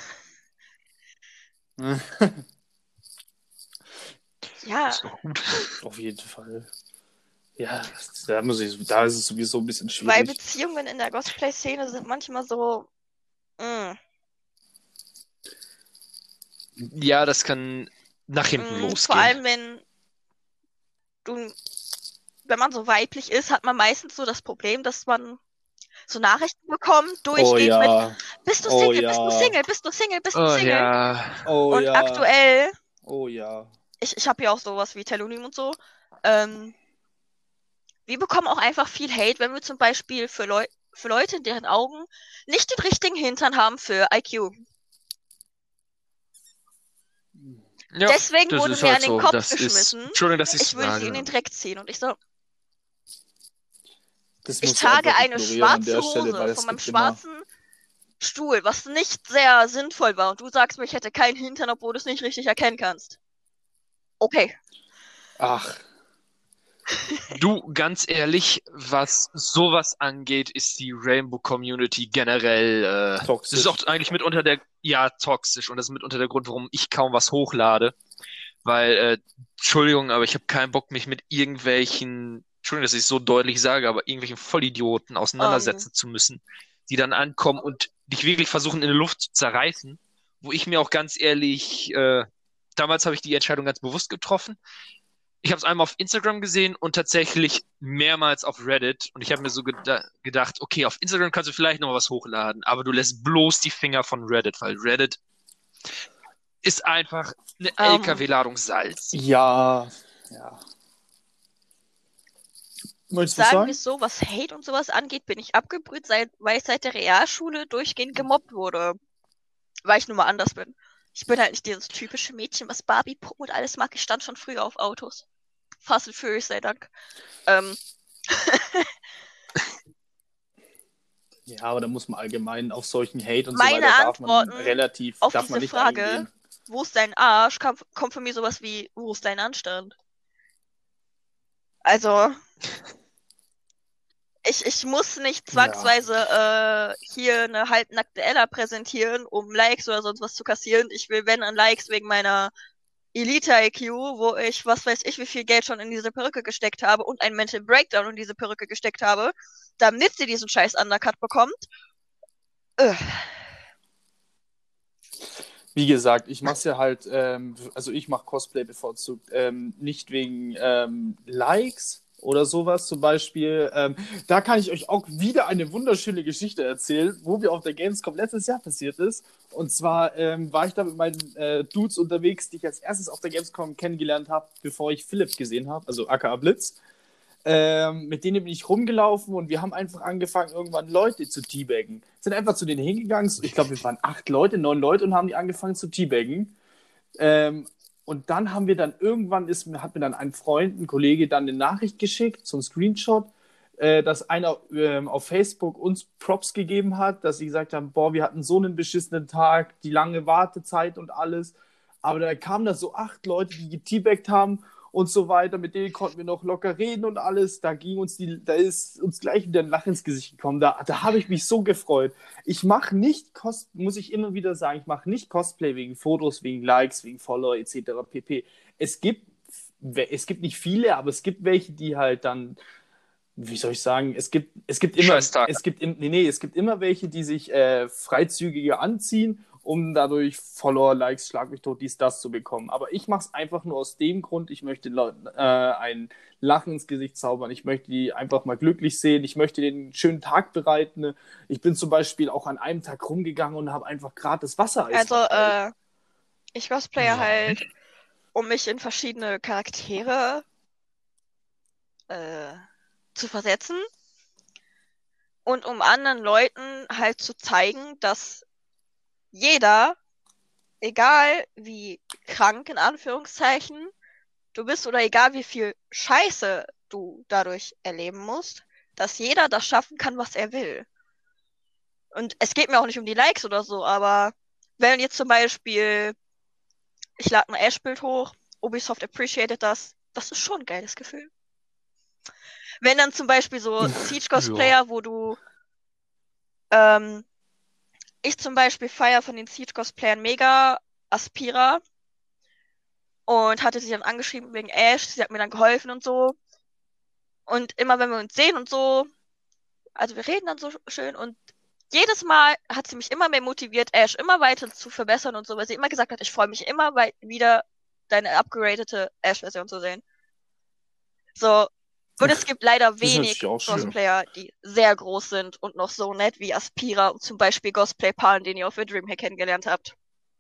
Ja, Ist doch gut. Auf jeden Fall. Ja, da, muss ich, da ist es sowieso ein bisschen weil schwierig. Beziehungen in der Cosplay-Szene sind manchmal so. mm, Ja, das kann nach hinten mm, losgehen. Vor allem, wenn du, wenn man so weiblich ist, hat man meistens so das Problem, dass man so Nachrichten bekommt, Oh durchgeht mit, ja, bist du oh Single, bist du ja, Single, bist du Single, bist du Oh Single. ja. oh Und ja, aktuell, oh ja. ich, ich habe ja auch sowas wie Telonym und so, ähm, wir bekommen auch einfach viel Hate, wenn wir zum Beispiel für, Leu für Leute, in deren Augen nicht den richtigen Hintern haben für I Q. Ja, Deswegen das wurde ist mir halt an den so. Kopf Das ist. geschmissen, Entschuldigung, dass ich ich würde sie in den sage. Dreck ziehen. Und ich so, Das ich musst du trage einfach eine ignorieren an schwarze der Stelle, Hose weil es von meinem gibt immer... schwarzen Stuhl, was nicht sehr sinnvoll war. Und du sagst mir, ich hätte keinen Hintern, obwohl du es nicht richtig erkennen kannst. Okay. Ach, Du, ganz ehrlich, was sowas angeht, ist die Rainbow-Community generell, äh, das toxisch. ist auch eigentlich mitunter der, ja, toxisch. Und das ist mitunter der Grund, warum ich kaum was hochlade. Weil, äh, Entschuldigung, aber ich habe keinen Bock, mich mit irgendwelchen, Entschuldigung, dass ich es so deutlich sage, aber irgendwelchen Vollidioten auseinandersetzen Ähm, zu müssen, die dann ankommen und dich wirklich versuchen, in der Luft zu zerreißen. Wo ich mir auch ganz ehrlich, äh, damals habe ich die Entscheidung ganz bewusst getroffen. Ich habe es einmal auf Instagram gesehen und tatsächlich mehrmals auf Reddit. Und ich habe mir so geda gedacht, okay, auf Instagram kannst du vielleicht noch was hochladen, aber du lässt bloß die Finger von Reddit, weil Reddit ist einfach eine ähm, L K W-Ladung Salz. Ja, ja. Möchtest du was sagen wir sagen? es so, was Hate und sowas angeht, bin ich abgebrüht, seit, weil ich seit der Realschule durchgehend gemobbt wurde. Weil ich nun mal anders bin. Ich bin halt nicht dieses typische Mädchen, was Barbie-Puppen und alles mag. Ich stand schon früher auf Autos. Fast and Furious, sei Dank. Ähm, Ja, aber da muss man allgemein auf solchen Hate und Meine so weiter darf man Antworten relativ, auf darf man diese nicht Frage, eingehen. wo ist dein Arsch, kam, kommt von mir sowas wie, wo ist dein Anstand? Also, ich, ich muss nicht zwangsweise äh, hier eine halbnackte Ella präsentieren, um Likes oder sonst was zu kassieren. Ich will, wenn, an Likes wegen meiner Elite-I Q, wo ich, was weiß ich, wie viel Geld schon in diese Perücke gesteckt habe und einen Mental Breakdown in diese Perücke gesteckt habe, damit sie diesen scheiß Undercut bekommt. Ugh. Wie gesagt, ich mache es ja halt, ähm, also ich mache Cosplay bevorzugt, ähm, nicht wegen ähm, Likes oder sowas zum Beispiel. Ähm, da kann ich euch auch wieder eine wunderschöne Geschichte erzählen, wo mir auf der Gamescom letztes Jahr passiert ist. Und zwar ähm, war ich da mit meinen äh, Dudes unterwegs, die ich als erstes auf der Gamescom kennengelernt habe, bevor ich Philipp gesehen habe, also aka Blitz. Ähm, mit denen bin ich rumgelaufen und wir haben einfach angefangen, irgendwann Leute zu teabaggen. Sind einfach zu denen hingegangen. Ich glaube, wir waren acht Leute, neun Leute und haben die angefangen zu teabaggen. Ähm, und dann haben wir dann irgendwann, ist, hat mir dann ein Freund, ein Kollege, dann eine Nachricht geschickt, so ein Screenshot, äh, dass einer ähm, auf Facebook uns Props gegeben hat, dass sie gesagt haben, boah, wir hatten so einen beschissenen Tag, die lange Wartezeit und alles. Aber da kamen da so acht Leute, die geteabaggt haben und so weiter. Mit denen konnten wir noch locker reden und alles. Da ging uns die, da ist uns gleich wieder ein Lach ins Gesicht gekommen. Da, da habe ich mich so gefreut. Ich mache nicht Cos, muss ich immer wieder sagen, ich mache nicht Cosplay wegen Fotos, wegen Likes, wegen Follower et cetera pp. Es gibt, es gibt nicht viele, aber es gibt welche, die halt dann, wie soll ich sagen, es gibt, es gibt immer, Scheißtag. es gibt, im- nee, nee, es gibt immer welche, die sich äh, freizügiger anziehen, um dadurch Follower, Likes, Schlag mich tot, dies, das zu bekommen. Aber ich mache es einfach nur aus dem Grund, ich möchte Leuten äh, ein Lachen ins Gesicht zaubern. Ich möchte die einfach mal glücklich sehen. Ich möchte denen einen schönen Tag bereiten. Ich bin zum Beispiel auch an einem Tag rumgegangen und habe einfach gratis Wassereis Also, verteilt. äh, ich cosplaye halt, um mich in verschiedene Charaktere äh, zu versetzen und um anderen Leuten halt zu zeigen, dass jeder, egal wie krank in Anführungszeichen du bist oder egal wie viel Scheiße du dadurch erleben musst, dass jeder das schaffen kann, was er will. Und es geht mir auch nicht um die Likes oder so, aber wenn jetzt zum Beispiel, ich lade ein Ash-Bild hoch, Ubisoft appreciated das, das ist schon ein geiles Gefühl. Wenn dann zum Beispiel so Siege-Cosplayer, wo du, ähm, ich zum Beispiel feiere von den Siege-Cosplayern mega Aspira und hatte sie dann angeschrieben wegen Ash, sie hat mir dann geholfen und so. Und immer wenn wir uns sehen und so, also wir reden dann so schön und jedes Mal hat sie mich immer mehr motiviert, Ash immer weiter zu verbessern und so, weil sie immer gesagt hat, ich freue mich immer wei- wieder deine upgradete Ash-Version zu sehen. So. Und es gibt leider Das ist wenig natürlich auch schön. Cosplayer, die sehr groß sind und noch so nett wie Aspira und zum Beispiel Cosplay Pan, den ihr auf der Dreamhack kennengelernt habt.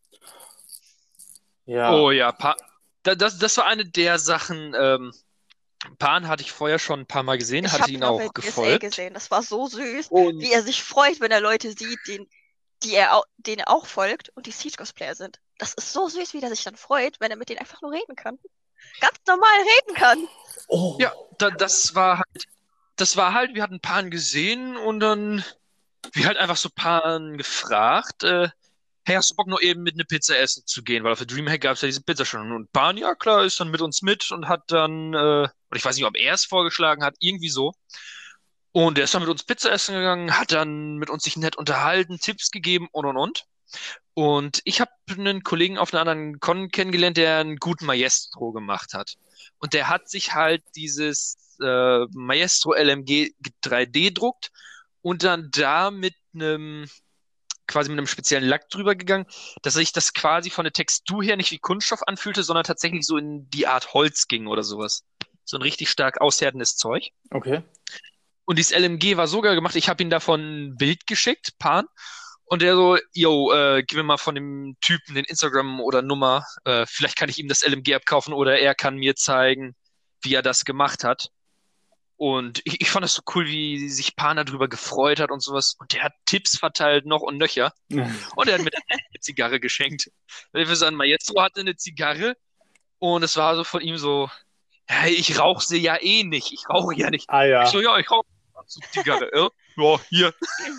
Ja. Oh ja, pa da, das, das war eine der Sachen. Ähm, Pan hatte ich vorher schon ein paar Mal gesehen, Ich hatte habe ihn ihn auf der auch D S A gefolgt. gesehen. Das war so süß, Und wie er sich freut, wenn er Leute sieht, den, die er, au- denen er auch folgt und die Siege-Cosplayer sind. Das ist so süß, wie er sich dann freut, wenn er mit denen einfach nur reden kann. Ganz normal reden kann. Oh. ja, da, das war halt, das war halt, wir hatten Pan gesehen und dann, wir halt einfach so Pan gefragt, äh, hey, hast du Bock, nur eben mit eine Pizza essen zu gehen? Weil auf der Dreamhack gab es ja diese Pizza schon. Und Pan, ja klar, ist dann mit uns mit und hat dann, äh, oder ich weiß nicht, ob er es vorgeschlagen hat, irgendwie so. Und er ist dann mit uns Pizza essen gegangen, hat dann mit uns sich nett unterhalten, Tipps gegeben und und und. Und ich habe einen Kollegen auf einer anderen Con kennengelernt, der einen guten Maestro gemacht hat. Und der hat sich halt dieses äh, Maestro L M G drei D druckt und dann da mit einem quasi mit einem speziellen Lack drüber gegangen, dass sich das quasi von der Textur her nicht wie Kunststoff anfühlte, sondern tatsächlich so in die Art Holz ging oder sowas. So ein richtig stark aushärtendes Zeug. Okay. Und dieses L M G war so geil gemacht, ich habe ihm davon ein Bild geschickt, Pan. Und der so, yo, äh, gib mir mal von dem Typen den Instagram oder Nummer. Äh, vielleicht kann ich ihm das L M G abkaufen oder er kann mir zeigen, wie er das gemacht hat. Und ich, ich fand das so cool, wie sich Pan darüber gefreut hat und sowas. Und der hat Tipps verteilt, noch und nöcher. Und er hat mir dann eine Zigarre geschenkt. Weil für sein Maestro hatte eine Zigarre. Und es war so von ihm so, hey, ich rauche sie ja eh nicht. Ich rauche ja nicht. Ah ja. Ich so, ja, ich rauche eine Zigarre. Ja, ja, hier.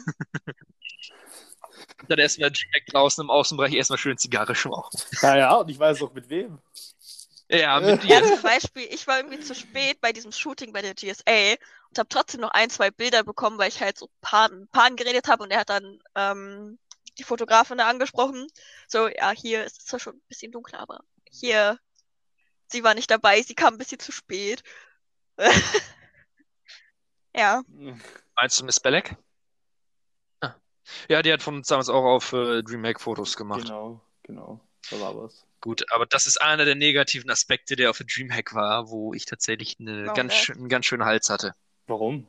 Dann erstmal direkt draußen im Außenbereich erstmal schön Zigarre schmauchen. Naja, und ich weiß auch mit wem. Ja, mit Ja, dir. zum Beispiel, ich war irgendwie zu spät bei diesem Shooting bei der G S A und habe trotzdem noch ein, zwei Bilder bekommen, weil ich halt so Pan, Pan geredet habe und er hat dann ähm, die Fotografin da angesprochen. So, ja, hier ist es zwar schon ein bisschen dunkler, aber hier, sie war nicht dabei, sie kam ein bisschen zu spät. Ja. Meinst du Miss Belleck? Ah. Ja, die hat von uns damals auch auf äh, Dreamhack Fotos gemacht. Genau, genau. Da war was. Gut, aber das ist einer der negativen Aspekte, der auf der Dreamhack war, wo ich tatsächlich eine Warum ganz, das? schön- einen ganz schönen Hals hatte. Warum?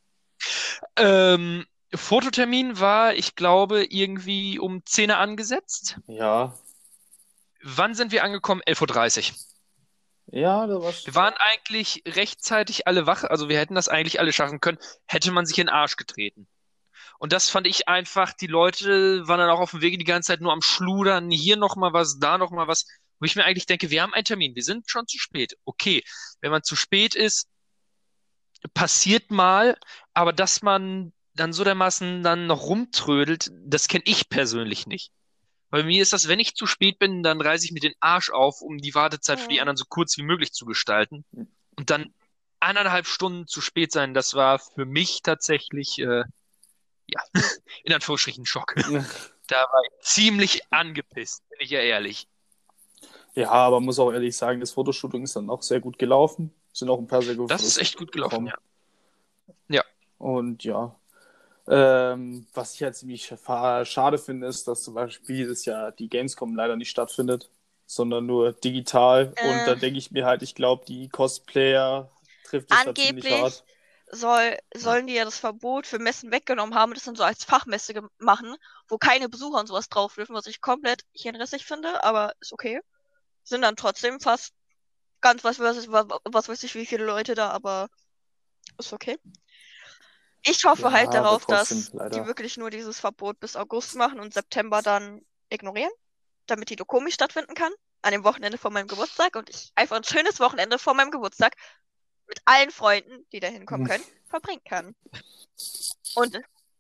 Ähm, Fototermin war, ich glaube, irgendwie um zehn Uhr angesetzt. Ja. Wann sind wir angekommen? elf Uhr dreißig. Ja, da war's. Wir waren eigentlich rechtzeitig alle wach, also wir hätten das eigentlich alle schaffen können, hätte man sich in den Arsch getreten. Und das fand ich einfach, die Leute waren dann auch auf dem Wege die ganze Zeit nur am Schludern, hier nochmal was, da nochmal was, wo ich mir eigentlich denke, wir haben einen Termin, wir sind schon zu spät. Okay, wenn man zu spät ist, passiert mal, aber dass man dann so dermaßen dann noch rumtrödelt, das kenne ich persönlich nicht. Bei mir ist das, wenn ich zu spät bin, dann reiße ich mir den Arsch auf, um die Wartezeit für die Mhm. anderen so kurz wie möglich zu gestalten. Und dann eineinhalb Stunden zu spät sein, das war für mich tatsächlich, äh, ja, in Anführungsstrichen Schock. Da war ich ziemlich angepisst, bin ich ja ehrlich. Ja, aber muss auch ehrlich sagen, das Fotoshooting ist dann auch sehr gut gelaufen. Sind auch ein paar sehr gute Das Fotos ist echt gut gelaufen, gekommen. ja. Ja. Und ja, ähm, was ich halt ziemlich scha- schade finde, ist, dass zum Beispiel dieses Jahr die Gamescom leider nicht stattfindet, sondern nur digital. Äh. Und da denke ich mir halt, ich glaube, die Cosplayer trifft es da ziemlich Angeblich hart. soll, sollen die ja das Verbot für Messen weggenommen haben und das dann so als Fachmesse ge- machen, wo keine Besucher und sowas drauf dürfen, was ich komplett hirnrissig finde, aber ist okay. Sind dann trotzdem fast ganz, was weiß ich, wa- was weiß ich, wie viele Leute da, aber ist okay. Ich hoffe Ja, halt aber darauf, trotzdem, dass die leider. wirklich nur dieses Verbot bis August machen und September dann ignorieren, damit die Dokumi stattfinden kann, an dem Wochenende vor meinem Geburtstag und ich einfach ein schönes Wochenende vor meinem Geburtstag mit allen Freunden, die da hinkommen können, verbringen kann. Und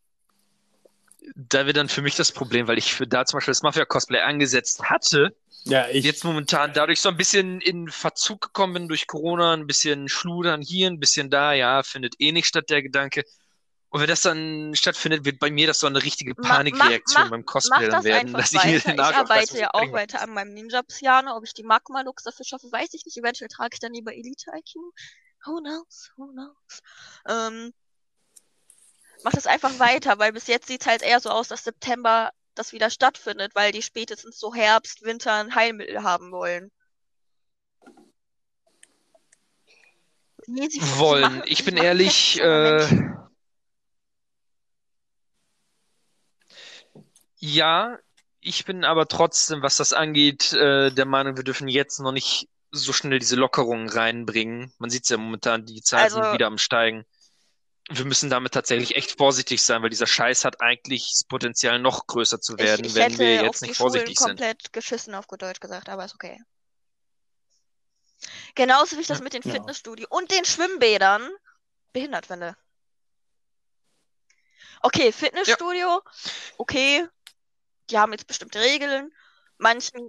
Da wäre dann für mich das Problem, weil ich für da zum Beispiel das Mafia-Cosplay angesetzt hatte, Ja, ich. jetzt momentan dadurch so ein bisschen in Verzug gekommen bin durch Corona, ein bisschen Schludern hier, ein bisschen da, ja, findet eh nicht statt, der Gedanke. Und wenn das dann stattfindet, wird bei mir das so eine richtige ma- mach, Panikreaktion mach, beim mach Cosplay dann das werden, einfach dass ich mir weiter. den Ich Arsch aufreiße, arbeite was ja ich auch eigentlich weiter machen an meinem Ninja-Psyane. Ob ich die Magma-Looks dafür schaffe, weiß ich nicht. Eventuell trage ich dann lieber Elite-I Q. Who knows? Who knows? Ähm, mach das einfach weiter, weil bis jetzt sieht es halt eher so aus, dass September das wieder stattfindet, weil die spätestens so Herbst, Winter ein Heilmittel haben wollen. Nee, sie, sie wollen. machen, Ich sie bin machen ehrlich, Tests an äh, Menschen. ja, ich bin aber trotzdem, was das angeht, äh, der Meinung, wir dürfen jetzt noch nicht so schnell diese Lockerungen reinbringen. Man sieht es ja momentan, die Zahlen sind Also, wieder am Steigen. Wir müssen damit tatsächlich echt vorsichtig sein, weil dieser Scheiß hat eigentlich das Potenzial, noch größer zu ich, werden, ich wenn wir hätte auf jetzt die nicht Schulen vorsichtig sind. komplett geschissen, auf gut Deutsch gesagt, aber ist okay. Genauso wie ich das Ja. mit den Ja. Fitnessstudios und den Schwimmbädern behindert finde. Okay, Fitnessstudio, okay, die haben jetzt bestimmte Regeln. Manchen,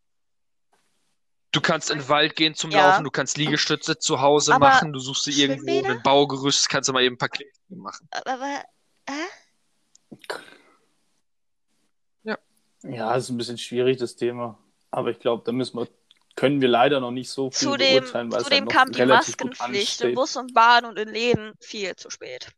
Du kannst in den Wald gehen zum Ja. Laufen, du kannst Liegestütze zu Hause Aber machen, du suchst dir irgendwo Schwimmbäder? ein Baugerüst, kannst du mal eben ein paar Klimmzüge machen. aber, äh? Ja, ist ein bisschen schwierig, das Thema. Aber ich glaube, da müssen wir, können wir leider noch nicht so viel Zudem, beurteilen, weil es halt zudem noch kam die relativ gut Maskenpflicht in ansteht. Bus und Bahn und in Läden viel zu spät.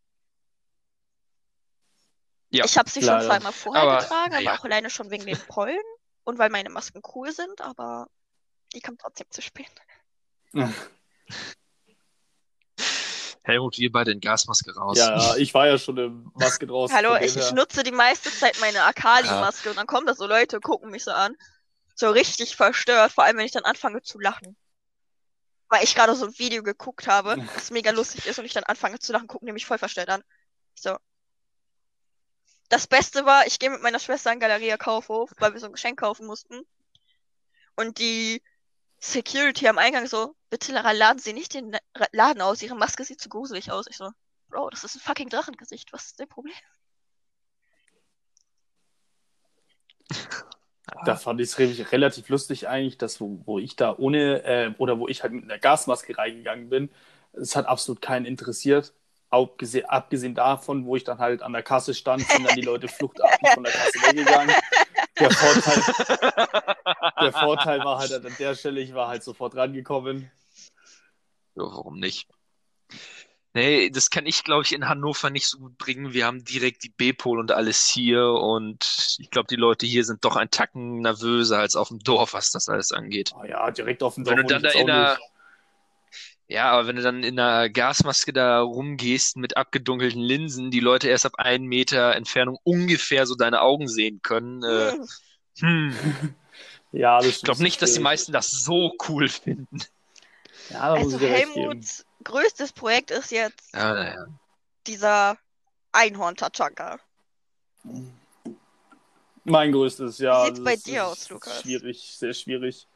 Ja, Ich habe sie schon leider. zweimal vorher Aber, getragen, aber naja. auch alleine schon wegen den Pollen und weil meine Masken cool sind, aber die kam trotzdem zu spät. Helmut, wir beide in Gasmaske raus. Ja, ich war ja schon in Maske draußen. Hallo, von dem ich, ich her. nutze die meiste Zeit meine Akali-Maske und dann kommen da so Leute, gucken mich so an. So richtig verstört, vor allem wenn ich dann anfange zu lachen. Weil ich gerade so ein Video geguckt habe, was mega lustig ist und ich dann anfange zu lachen, gucken die mich voll verstört an. So. Das Beste war, ich gehe mit meiner Schwester in Galeria Kaufhof, weil wir so ein Geschenk kaufen mussten. Und die Security am Eingang so, bitte Lara, laden Sie nicht den La- Laden aus, Ihre Maske sieht zu gruselig aus. Ich so, Bro, das ist ein fucking Drachengesicht, was ist dein Problem? Da fand ich es relativ lustig eigentlich, dass wo, wo ich da ohne, äh, oder wo ich halt mit einer Gasmaske reingegangen bin, es hat absolut keinen interessiert. Abgesehen, abgesehen davon, wo ich dann halt an der Kasse stand, sind dann die Leute fluchtartig von der Kasse weggegangen. Der Vorteil, der Vorteil war halt an der Stelle, ich war halt sofort rangekommen. Ja, warum nicht? Nee, das kann ich, glaube ich, in Hannover nicht so gut bringen. Wir haben direkt die B-Pol und alles hier und ich glaube, die Leute hier sind doch ein Tacken nervöser als auf dem Dorf, was das alles angeht. Oh ja, direkt auf dem Wenn Dorf du wohne dann ich da jetzt in auch einer, nicht. ja, aber wenn du dann in einer Gasmaske da rumgehst mit abgedunkelten Linsen, die Leute erst ab einen Meter Entfernung ungefähr so deine Augen sehen können, äh, Hm. hm, Ja, das Ich glaube nicht, dass die meisten das so cool finden. Ja, da muss Also ich dir recht geben. Helmuts größtes Projekt ist jetzt Ja, naja. dieser Einhorn-Tachanka. Mein größtes, ja. Wie sieht's bei das dir ist aus, Lukas? Schwierig, sehr schwierig.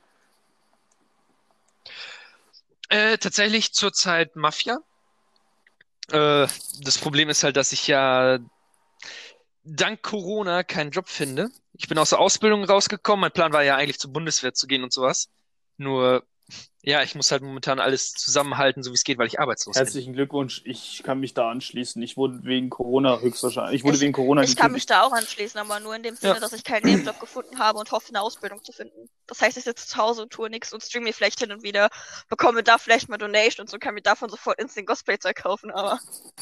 Äh, tatsächlich zurzeit Mafia. Äh, das Problem ist halt, dass ich ja dank Corona keinen Job finde. Ich bin aus der Ausbildung rausgekommen. Mein Plan war ja eigentlich zur Bundeswehr zu gehen und sowas. Nur, ja, ich muss halt momentan alles zusammenhalten, so wie es geht, weil ich arbeitslos bin. Herzlichen Glückwunsch, ich kann mich da anschließen. Ich wurde wegen Corona höchstwahrscheinlich. Ich wurde Ich, wegen Corona ich kann mich gekündigt. da auch anschließen, aber nur in dem Sinne, Ja. dass ich keinen Nebenjob gefunden habe und hoffe, eine Ausbildung zu finden. Das heißt, ich sitze zu Hause und tue nichts und streame vielleicht hin und wieder, bekomme da vielleicht mal Donation und so, kann mir davon sofort Instant Cosplay-Zeug kaufen, aber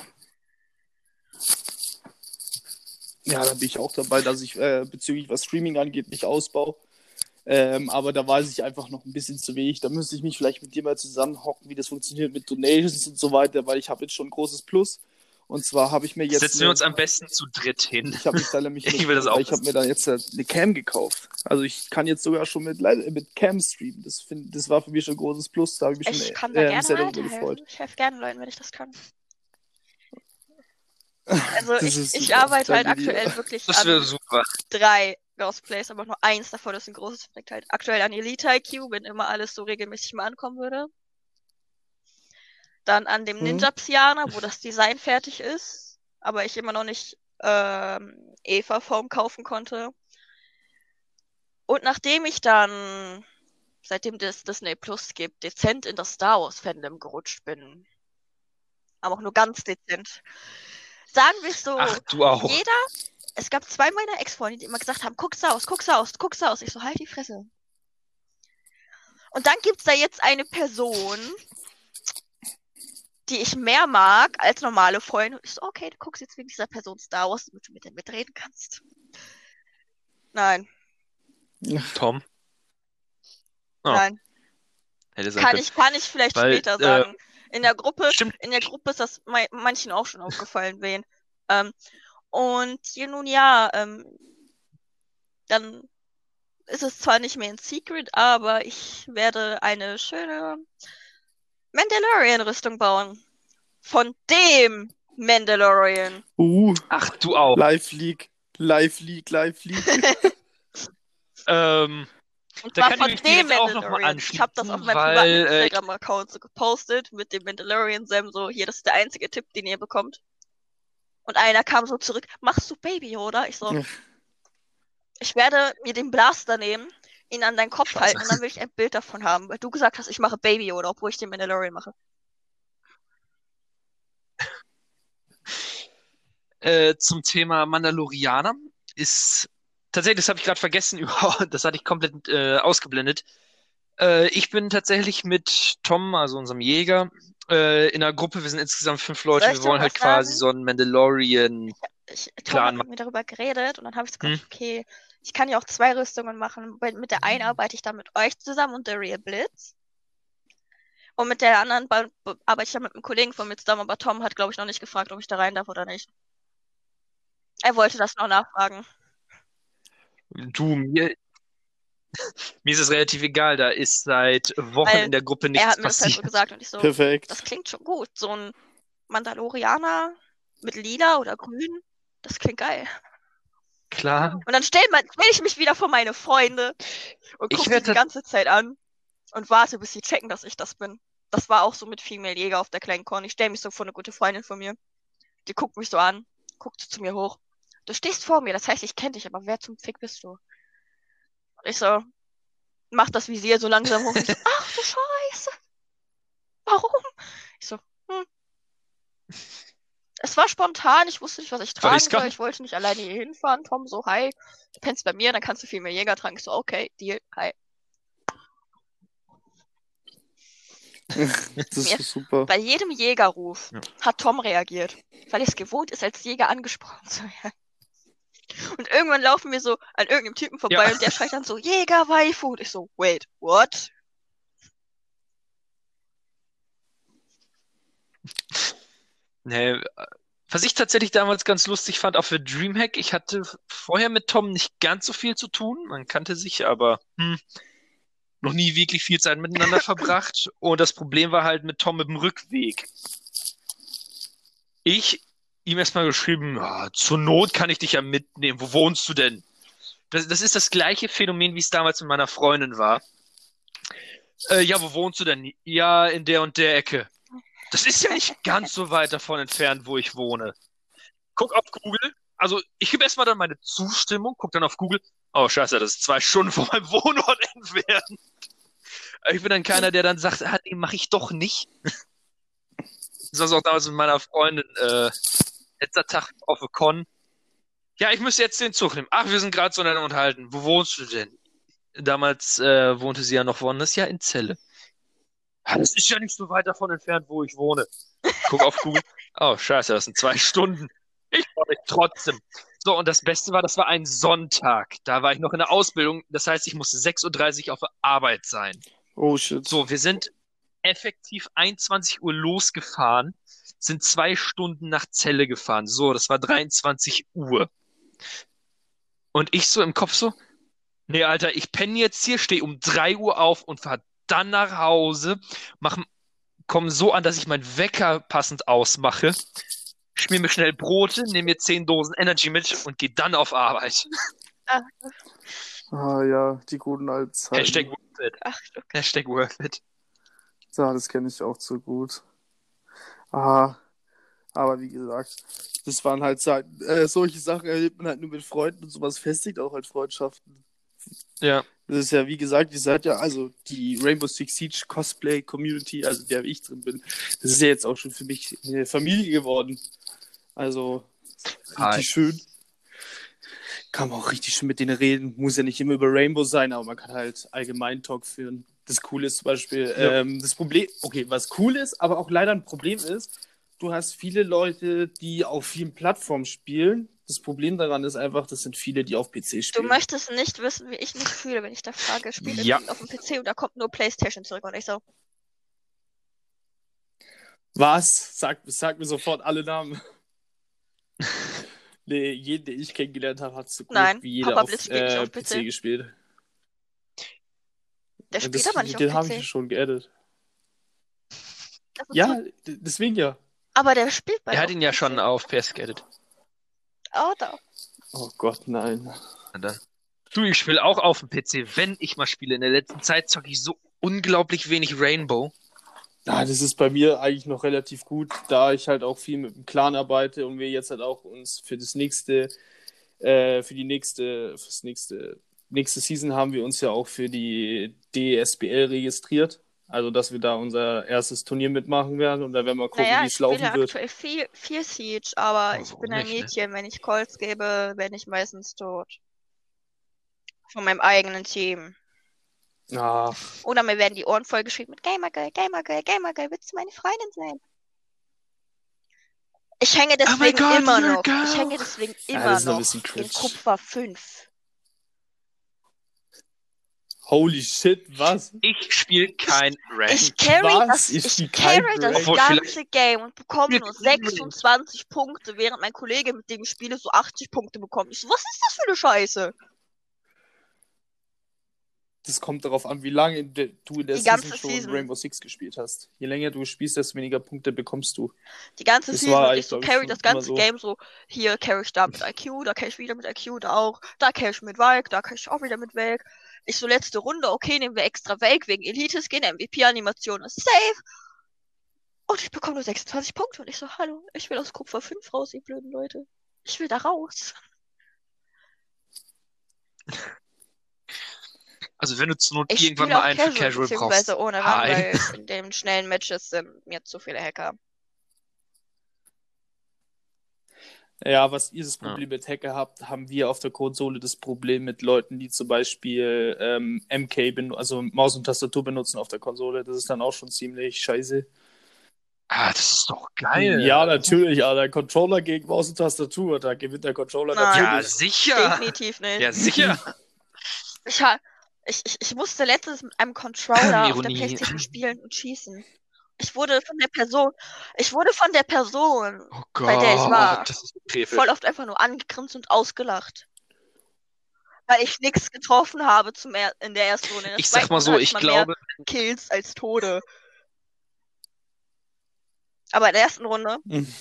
Ja, da bin ich auch dabei, dass ich äh, bezüglich was Streaming angeht nicht ausbaue. Ähm, aber da weiß ich einfach noch ein bisschen zu wenig. Da müsste ich mich vielleicht mit dir mal zusammenhocken, wie das funktioniert mit Donations und so weiter, weil ich habe jetzt schon ein großes Plus. Und zwar habe ich mir jetzt. Setzen wir uns am besten zu dritt hin. Ich habe mich da nämlich. Ich will das auch Ich habe mir da jetzt eine Cam gekauft. Also ich kann jetzt sogar schon mit, mit Cam streamen. Das, find, das war für mich schon ein großes Plus. Da habe ich mich ich schon kann da äh, gerne sehr darüber weiterhelfen. gefreut. Ich helfe gerne Leuten, wenn ich das kann. Also Das ich, ist ich super. arbeite halt Danke dir. aktuell wirklich Das wäre an super. drei Cosplays, aber nur eins davon ist ein großes Projekt halt. Aktuell an Elite I Q, wenn immer alles so regelmäßig mal ankommen würde. Dann an dem Hm. Ninja Psyana, wo das Design fertig ist, aber ich immer noch nicht ähm, Eva-Form kaufen konnte. Und nachdem ich dann, seitdem es Disney Plus gibt, dezent in das Star Wars Fandom gerutscht bin. Aber auch nur ganz dezent. Sagen wir es so, Ach, du auch. jeder, es gab zwei meiner Ex-Freunde, die immer gesagt haben, guck's aus, guck's aus, guck's aus. Ich so, halt die Fresse. Und dann gibt's da jetzt eine Person, die ich mehr mag als normale Freunde. Und ich so, okay, du guckst jetzt wegen dieser Person Star Wars, damit du mit der mitreden kannst. Nein. Tom? Oh. Nein. Hätte sein Kann können. ich, kann ich vielleicht Weil, später äh, sagen. In der Gruppe, Stimmt. in der Gruppe ist das mei- manchen auch schon aufgefallen, wen. Ähm, und hier nun ja, ähm, dann ist es zwar nicht mehr ein Secret, aber ich werde eine schöne Mandalorian-Rüstung bauen. Von dem Mandalorian. Uh, Ach, du auch. Live League, Live League, Live League. Ähm, Und Da zwar kann von ich mich dem direkt auch noch mal Mandalorian. Ich habe das auf meinem weil, privaten äh, Instagram-Account so gepostet mit dem Mandalorian-Sam so, hier, das ist der einzige Tipp, den ihr bekommt. Und einer kam so zurück, machst du Baby Yoda? Ich so, Ja. ich werde mir den Blaster nehmen, ihn an deinen Kopf Scheiße. halten und dann will ich ein Bild davon haben, weil du gesagt hast, ich mache Baby Yoda, obwohl ich den Mandalorian mache. Äh, zum Thema Mandalorianer ist tatsächlich, das habe ich gerade vergessen, überhaupt, das hatte ich komplett äh, ausgeblendet. Äh, ich bin tatsächlich mit Tom, also unserem Jäger, äh, in einer Gruppe, wir sind insgesamt fünf Leute, Soll ich wir dir wollen mal halt was quasi sagen? so einen Mandalorian. Ich, Tom Plan hat mit machen. mir darüber geredet und dann habe ich so gedacht, Hm. okay, ich kann ja auch zwei Rüstungen machen. Bei, mit der einen arbeite ich dann mit euch zusammen und der Real Blitz. Und mit der anderen be- be- arbeite ich dann mit einem Kollegen von mir zusammen, aber Tom hat, glaube ich, noch nicht gefragt, ob ich da rein darf oder nicht. Er wollte das noch nachfragen. Du, mir, mir ist es relativ egal, da ist seit Wochen Weil in der Gruppe Er nichts hat mir das halt so passiert. gesagt und ich so, Perfekt. das klingt schon gut. So ein Mandalorianer mit lila oder grün, das klingt geil. Klar. Und dann stell, mal- stell ich mich wieder vor meine Freunde und Ich guck die werd die tat- ganze Zeit an und warte, bis sie checken, dass ich das bin. Das war auch so mit Female Jäger auf der kleinen Korn. Ich stell mich so vor eine gute Freundin von mir. Die guckt mich so an, guckt zu mir hoch. Du stehst vor mir, das heißt, ich kenne dich, aber wer zum Fick bist du? Und ich so, mach das Visier so langsam hoch. Und ich so, ach du Scheiße. Warum? Ich so, hm. Es war spontan, ich wusste nicht, was ich War tragen riskant. soll. Ich wollte nicht alleine hier hinfahren. Tom so, hi, du pennst bei mir, dann kannst du viel mehr Jäger tragen. Ich so, okay, Deal, hi. Das Mir- ist super. Bei jedem Jägerruf Ja. hat Tom reagiert, weil er es gewohnt ist, als Jäger angesprochen zu werden. Und irgendwann laufen wir so an irgendeinem Typen vorbei Ja. und der schreit dann so, Jäger-Waifu. Und ich so, wait, what? Nee, Was ich tatsächlich damals ganz lustig fand, auch für Dreamhack, ich hatte vorher mit Tom nicht ganz so viel zu tun. Man kannte sich, aber hm, noch nie wirklich viel Zeit miteinander verbracht. Und das Problem war halt mit Tom mit dem Rückweg. Ich ihm erstmal geschrieben, ja, zur Not kann ich dich ja mitnehmen. Wo wohnst du denn? Das, das ist das gleiche Phänomen, wie es damals mit meiner Freundin war. Äh, ja, wo wohnst du denn? Ja, in der und der Ecke. Das ist ja nicht ganz so weit davon entfernt, wo ich wohne. Guck auf Google. Also, ich gebe erstmal dann meine Zustimmung, guck dann auf Google. Oh, scheiße, das ist zwei Stunden von meinem Wohnort entfernt. Ich bin dann keiner, der dann sagt, ah, nee, mach ich doch nicht. Das war auch damals mit meiner Freundin, äh, letzter Tag auf der Con. Ja, ich müsste jetzt den Zug nehmen. Ach, wir sind gerade so nett unterhalten. Wo wohnst du denn? Damals äh, wohnte sie ja noch woanders, ja, in Celle. Ah, das ist ja nicht so weit davon entfernt, wo ich wohne. Guck auf Google. Oh, scheiße, das sind zwei Stunden. Ich freue mich trotzdem. So, und das Beste war, das war ein Sonntag. Da war ich noch in der Ausbildung. Das heißt, ich musste sechs Uhr dreißig auf der Arbeit sein. Oh, shit. So, wir sind effektiv einundzwanzig Uhr losgefahren, sind zwei Stunden nach Celle gefahren. So, das war dreiundzwanzig Uhr. Und ich so im Kopf so, nee, Alter, ich penne jetzt hier, stehe um drei Uhr auf und fahre dann nach Hause, mach, komm so an, dass ich meinen Wecker passend ausmache, schmier mir schnell Brote, nehme mir zehn Dosen Energy mit und gehe dann auf Arbeit. Ach, Ah ja, die guten alten Zeiten. Hashtag worth it. ach, okay. Hashtag worth it. Ja, das kenne ich auch zu gut. Ah, aber wie gesagt, das waren halt Zeiten, äh, solche Sachen erlebt man halt nur mit Freunden und sowas festigt auch halt Freundschaften. Ja. Das ist ja, wie gesagt, ihr seid ja, also die Rainbow Six Siege Cosplay Community, also der ich drin bin, das ist ja jetzt auch schon für mich eine Familie geworden. Also, Hi. richtig schön. Kann man auch richtig schön mit denen reden. Muss ja nicht immer über Rainbow sein, aber man kann halt allgemein Talk führen. Das Coole ist zum Beispiel, Ja. ähm, das Problem, okay, was cool ist, aber auch leider ein Problem ist, du hast viele Leute, die auf vielen Plattformen spielen. Das Problem daran ist einfach, das sind viele, die auf P C Du spielen. möchtest nicht wissen, wie ich mich fühle, wenn ich da frage, spiele Ja. auf dem P C und da kommt nur PlayStation zurück und ich so, Was? Sag, sag mir sofort alle Namen. Nee, jeden, den ich kennengelernt habe, hat so gut Nein, wie jeder Papa auf, Blitz spielt nicht äh, auf P P C C. gespielt. Der Ja, spielt das, aber nicht den auf habe P ich C. schon geaddet. Das ist so, Ja, d- deswegen ja. aber der spielt bei Er hat auf ihn ja P C. schon auf P S geaddet. Oh, da. Oh Gott, nein. Na dann. Du, ich spiele auch auf dem P C, wenn ich mal spiele. In der letzten Zeit zocke ich so unglaublich wenig Rainbow. Ja, das ist bei mir eigentlich noch relativ gut, da ich halt auch viel mit dem Clan arbeite und wir jetzt halt auch uns für das nächste, äh, für die nächste, fürs nächste, nächste Season haben wir uns ja auch für die D S B L registriert. Also, dass wir da unser erstes Turnier mitmachen werden und da werden wir gucken, Naja, wie ich es laufen spiele wird. aktuell viel, viel Siege, aber Oh, ich warum bin ein nicht, ne? Mädchen. Wenn ich Calls gebe, bin ich meistens tot. Von meinem eigenen Team. Ah, Oder mir werden die Ohren vollgeschrieben mit Gamergirl, Gamergirl, Gamergirl, willst du meine Freundin sein? Ich hänge Oh my deswegen God, immer you're a noch. girl. Ich hänge deswegen ja, immer das ist ein noch bisschen in cringe. Kupfer fünf. Holy shit, was? Ich spiele kein Rank. Ich carry Was? das, Ich ich spiel kein carry das Rank. Obwohl, ganze Game und bekomme Wir nur spielen sechsundzwanzig Punkte, während mein Kollege, mit dem ich spiele, so achtzig Punkte bekommt. Ich so, was ist das für eine Scheiße? Das kommt darauf an, wie lange in der, du in der Die ganze Season schon Season. Rainbow Six gespielt hast. Je länger du spielst, desto weniger Punkte bekommst du. Die ganze Das Season war und eigentlich, ich so glaub ich, carry schon das immer ganze so. Game so, hier carry ich da mit I Q, da carry ich wieder mit I Q, da auch, da carry ich mit Valk, da carry ich auch wieder mit Valk. Ich so, letzte Runde, okay, nehmen wir extra Valk wegen Elite-Skin, M V P-Animation ist safe. Und ich bekomme nur sechsundzwanzig Punkte und ich so, hallo, ich will aus Kupfer fünf raus, ihr blöden Leute. Ich will da raus. Also wenn du zur Not Ich irgendwann spiele mal auch einen für Casual, Casual brauchst. beziehungsweise ohne Rang, Hi. weil in den schnellen Matches sind mir zu viele Hacker. Ja, was ihr das Ja. Problem mit Hacker habt, haben wir auf der Konsole das Problem mit Leuten, die zum Beispiel ähm, M K, ben- also Maus und Tastatur benutzen auf der Konsole. Das ist dann auch schon ziemlich scheiße. Ah, das ist doch geil. Ja, natürlich, aber der Controller gegen Maus und Tastatur, da gewinnt der Controller Nein. Ja, natürlich. sicher. Definitiv nicht. Ja, sicher. Ich, ha ich, ich, ich musste letztens mit einem Controller auf der Ironie. PlayStation spielen und schießen. Ich wurde von der Person, ich wurde von der Person, Oh bei der ich war, Gott, das ist Frevel. voll oft einfach nur angegrinst und ausgelacht. Weil ich nichts getroffen habe zum er in der ersten Runde. In der Ich sag zweiten mal Runde so, hatte ich mal glaube, mehr Kills als Tode. Aber in der ersten Runde, Hm.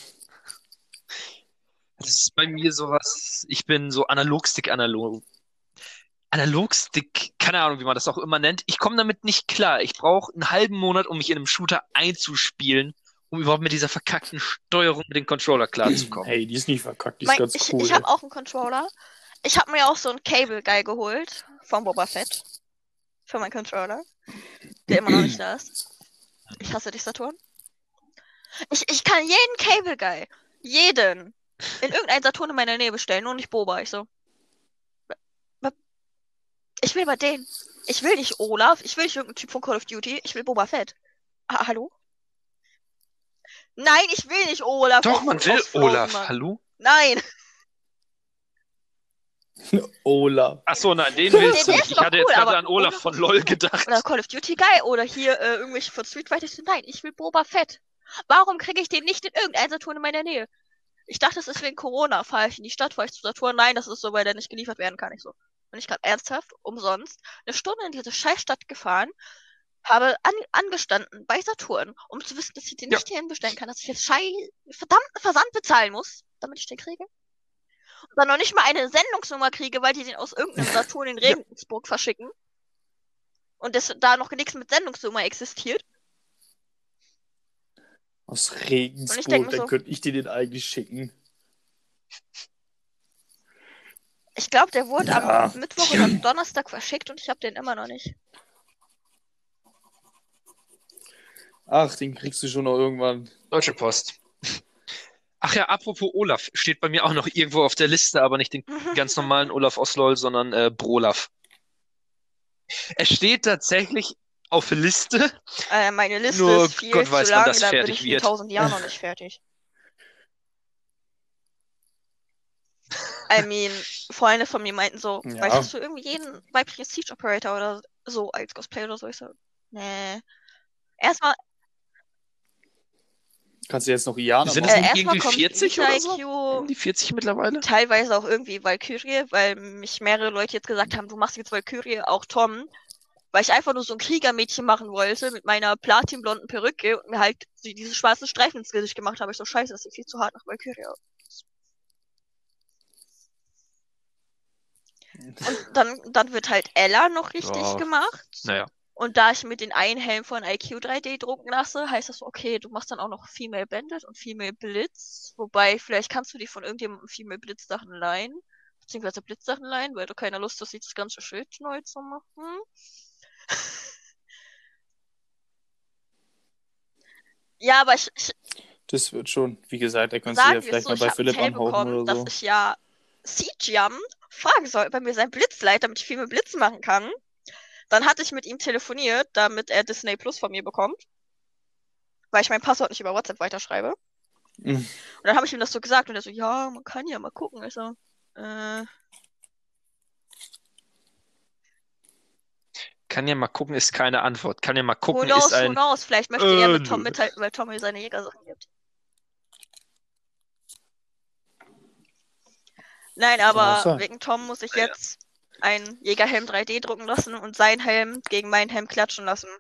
das ist bei mir sowas, ich bin so Analogstick analog. Analogstick, keine Ahnung, wie man das auch immer nennt. Ich komme damit nicht klar. Ich brauche einen halben Monat, um mich in einem Shooter einzuspielen, um überhaupt mit dieser verkackten Steuerung mit dem Controller klarzukommen. Hey, die ist nicht verkackt, die ist mein, ganz ich, cool. ich habe auch einen Controller. Ich habe mir auch so einen Cable Guy geholt vom Boba Fett für meinen Controller, der immer noch nicht da ist. Ich hasse dich, Saturn. Ich, ich kann jeden Cable Guy, jeden, in irgendeinen Saturn in meiner Nähe bestellen, nur nicht Boba. Ich so. Ich will mal den. Ich will nicht Olaf. Ich will nicht irgendeinen Typ von Call of Duty. Ich will Boba Fett. Ah, hallo? Nein, ich will nicht Olaf. Doch, aus- man will aus Frozen, Olaf. Mann. Hallo? Nein. Olaf. Ach so, nein, den willst du Der nicht. ist Ich doch hatte jetzt cool, gerade aber an Olaf Olaf von ist LOL cool. gedacht. Oder Call of Duty Guy oder hier äh, irgendwelche von Street Fighter. Ich so, nein, ich will Boba Fett. Warum kriege ich den nicht in irgendeinen Saturn in meiner Nähe? Ich dachte, das ist wegen Corona. Fahre ich in die Stadt, fahre ich zu Saturn. Nein, das ist so, weil der nicht geliefert werden kann. Ich so. Und ich gerade ernsthaft, umsonst, eine Stunde in diese Scheißstadt gefahren, habe an, angestanden bei Saturn, um zu wissen, dass ich den Ja. nicht hierhin bestellen kann, dass ich jetzt scheiß verdammten Versand bezahlen muss, damit ich den kriege. Und dann noch nicht mal eine Sendungsnummer kriege, weil die den aus irgendeinem Saturn in Ja. Regensburg verschicken. Und das, da noch nichts mit Sendungsnummer existiert. Aus Und ich Regensburg, denk mir dann so- könnte ich dir den eigentlich schicken. Ich glaube, der wurde Ja. am Mittwoch oder am Donnerstag verschickt und ich habe den immer noch nicht. Ach, den kriegst du schon noch irgendwann. Deutsche Post. Ach ja, apropos Olaf, steht bei mir auch noch irgendwo auf der Liste, aber nicht den ganz normalen Olaf aus LOL, sondern äh, Brolaf. Es steht tatsächlich auf der Liste. Äh, meine Liste Nur ist viel Gott zu weiß, wann lang, das da bin fertig ich in wird. tausend Jahren noch nicht fertig. I mean, Freunde von mir meinten so, Ja. weißt du, hast du irgendwie jeden weiblichen Siege Operator oder so als Cosplay oder so? Ich so, nee. Erstmal, Kannst du jetzt noch Iana Sind machen? es äh, nicht erstmal irgendwie kommt vierzig Vita oder so? I Q, Um die vierzig mittlerweile? teilweise auch irgendwie Valkyrie, weil mich mehrere Leute jetzt gesagt haben, du machst jetzt Valkyrie, auch Tom, weil ich einfach nur so ein Kriegermädchen machen wollte mit meiner platinblonden Perücke und mir halt die, diese schwarzen Streifen ins Gesicht gemacht habe. Ich so, scheiße, das sieht viel zu hart nach Valkyrie aus. Und dann, dann wird halt Ella noch richtig Ja. gemacht. Naja. Und da ich mir den einen Helm von I Q drei D drucken lasse, heißt das so, okay, du machst dann auch noch Female Bandit und Female Blitz. Wobei, vielleicht kannst du die von irgendjemandem Female Blitz Sachen leihen. Beziehungsweise Blitzsachen leihen, weil du keine Lust hast, das ganze Schild neu zu machen. Ja, aber ich, ich Das wird schon. Wie gesagt, da kannst du ja sagen wir es vielleicht so, mal ich bei habe Philipp Tell anhauchen bekommen, oder so. dass ich ja Siege fragen soll, ob er mir sein Blitz leiht, damit ich viel mit Blitz machen kann. Dann hatte ich mit ihm telefoniert, damit er Disney Plus von mir bekommt. Weil ich mein Passwort nicht über WhatsApp weiterschreibe. Mhm. Und dann habe ich ihm das so gesagt und er so, ja, man kann ja mal gucken. Ich so, äh, Kann ja mal gucken, ist keine Antwort. Kann ja mal who gucken, knows, ist who ein. knows. Vielleicht möchte er Äh, mit Tom nö. mithalten, weil Tom mir seine Jägersachen gibt. Nein, Kann auch aber sein. wegen Tom muss ich Ja, ja. jetzt einen Jägerhelm drei D drucken lassen und seinen Helm gegen meinen Helm klatschen lassen.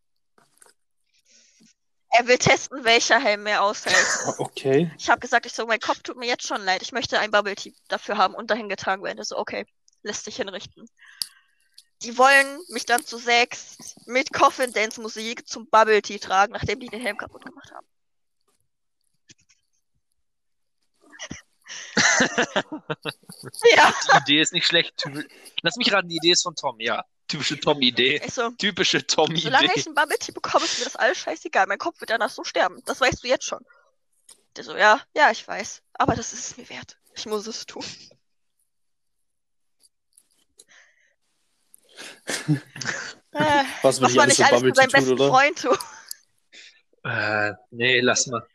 Er will testen, welcher Helm mehr aushält. Okay. Ich habe gesagt, ich so, mein Kopf tut mir jetzt schon leid. Ich möchte ein Bubble Tea dafür haben und dahin getragen werden. Er so, okay, lässt sich hinrichten. Die wollen mich dann zu sechs mit Coffin Dance Musik zum Bubble Tea tragen, nachdem die den Helm kaputt gemacht haben. Ja, Die Idee ist nicht schlecht. Typ- Lass mich raten, die Idee ist von Tom, ja. Typische Tom-Idee. ich so, Typische solange ich Tom-Idee. ein Bubble Tea bekomme, ist mir das alles scheißegal. Mein Kopf wird danach so sterben. Das weißt du jetzt schon. Der so, ja, ja, ich weiß. Aber das ist es mir wert. Ich muss es tun. äh, Was man was nicht man alles nicht für alles Bubble für seinen Tea tut, besten oder? Freund tut. Äh, nee, lass mal.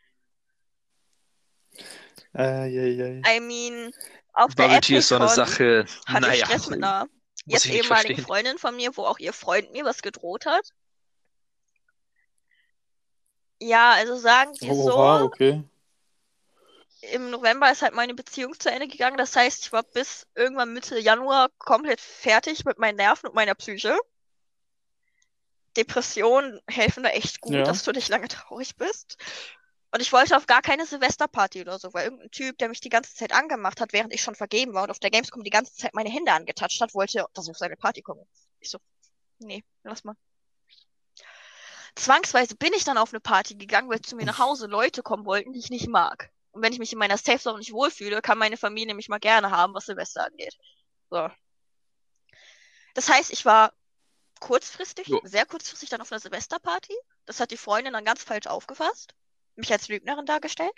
Äh, ja, ja. I mean, auf der Bubble Tea ist so eine Epicon Sache. hatte ich Naja, Stress mit einer muss jetzt ich nicht ehemaligen verstehen. Freundin von mir, wo auch ihr Freund mir was gedroht hat. Ja, also sagen wir Oha, so, okay. im November ist halt meine Beziehung zu Ende gegangen. Das heißt, ich war bis irgendwann Mitte Januar komplett fertig mit meinen Nerven und meiner Psyche. Depressionen helfen da echt gut, Ja. dass du nicht lange traurig bist. Und ich wollte auf gar keine Silvesterparty oder so, weil irgendein Typ, der mich die ganze Zeit angemacht hat, während ich schon vergeben war und auf der Gamescom die ganze Zeit meine Hände angetatscht hat, wollte, dass ich auf seine Party komme. Ich so, nee, lass mal. Zwangsweise bin ich dann auf eine Party gegangen, weil zu mir nach Hause Leute kommen wollten, die ich nicht mag. Und wenn ich mich in meiner Safe Zone nicht wohlfühle, kann meine Familie mich mal gerne haben, was Silvester angeht. So. Das heißt, ich war kurzfristig, Jo. sehr kurzfristig dann auf einer Silvesterparty. Das hat die Freundin dann ganz falsch aufgefasst, mich als Lügnerin dargestellt.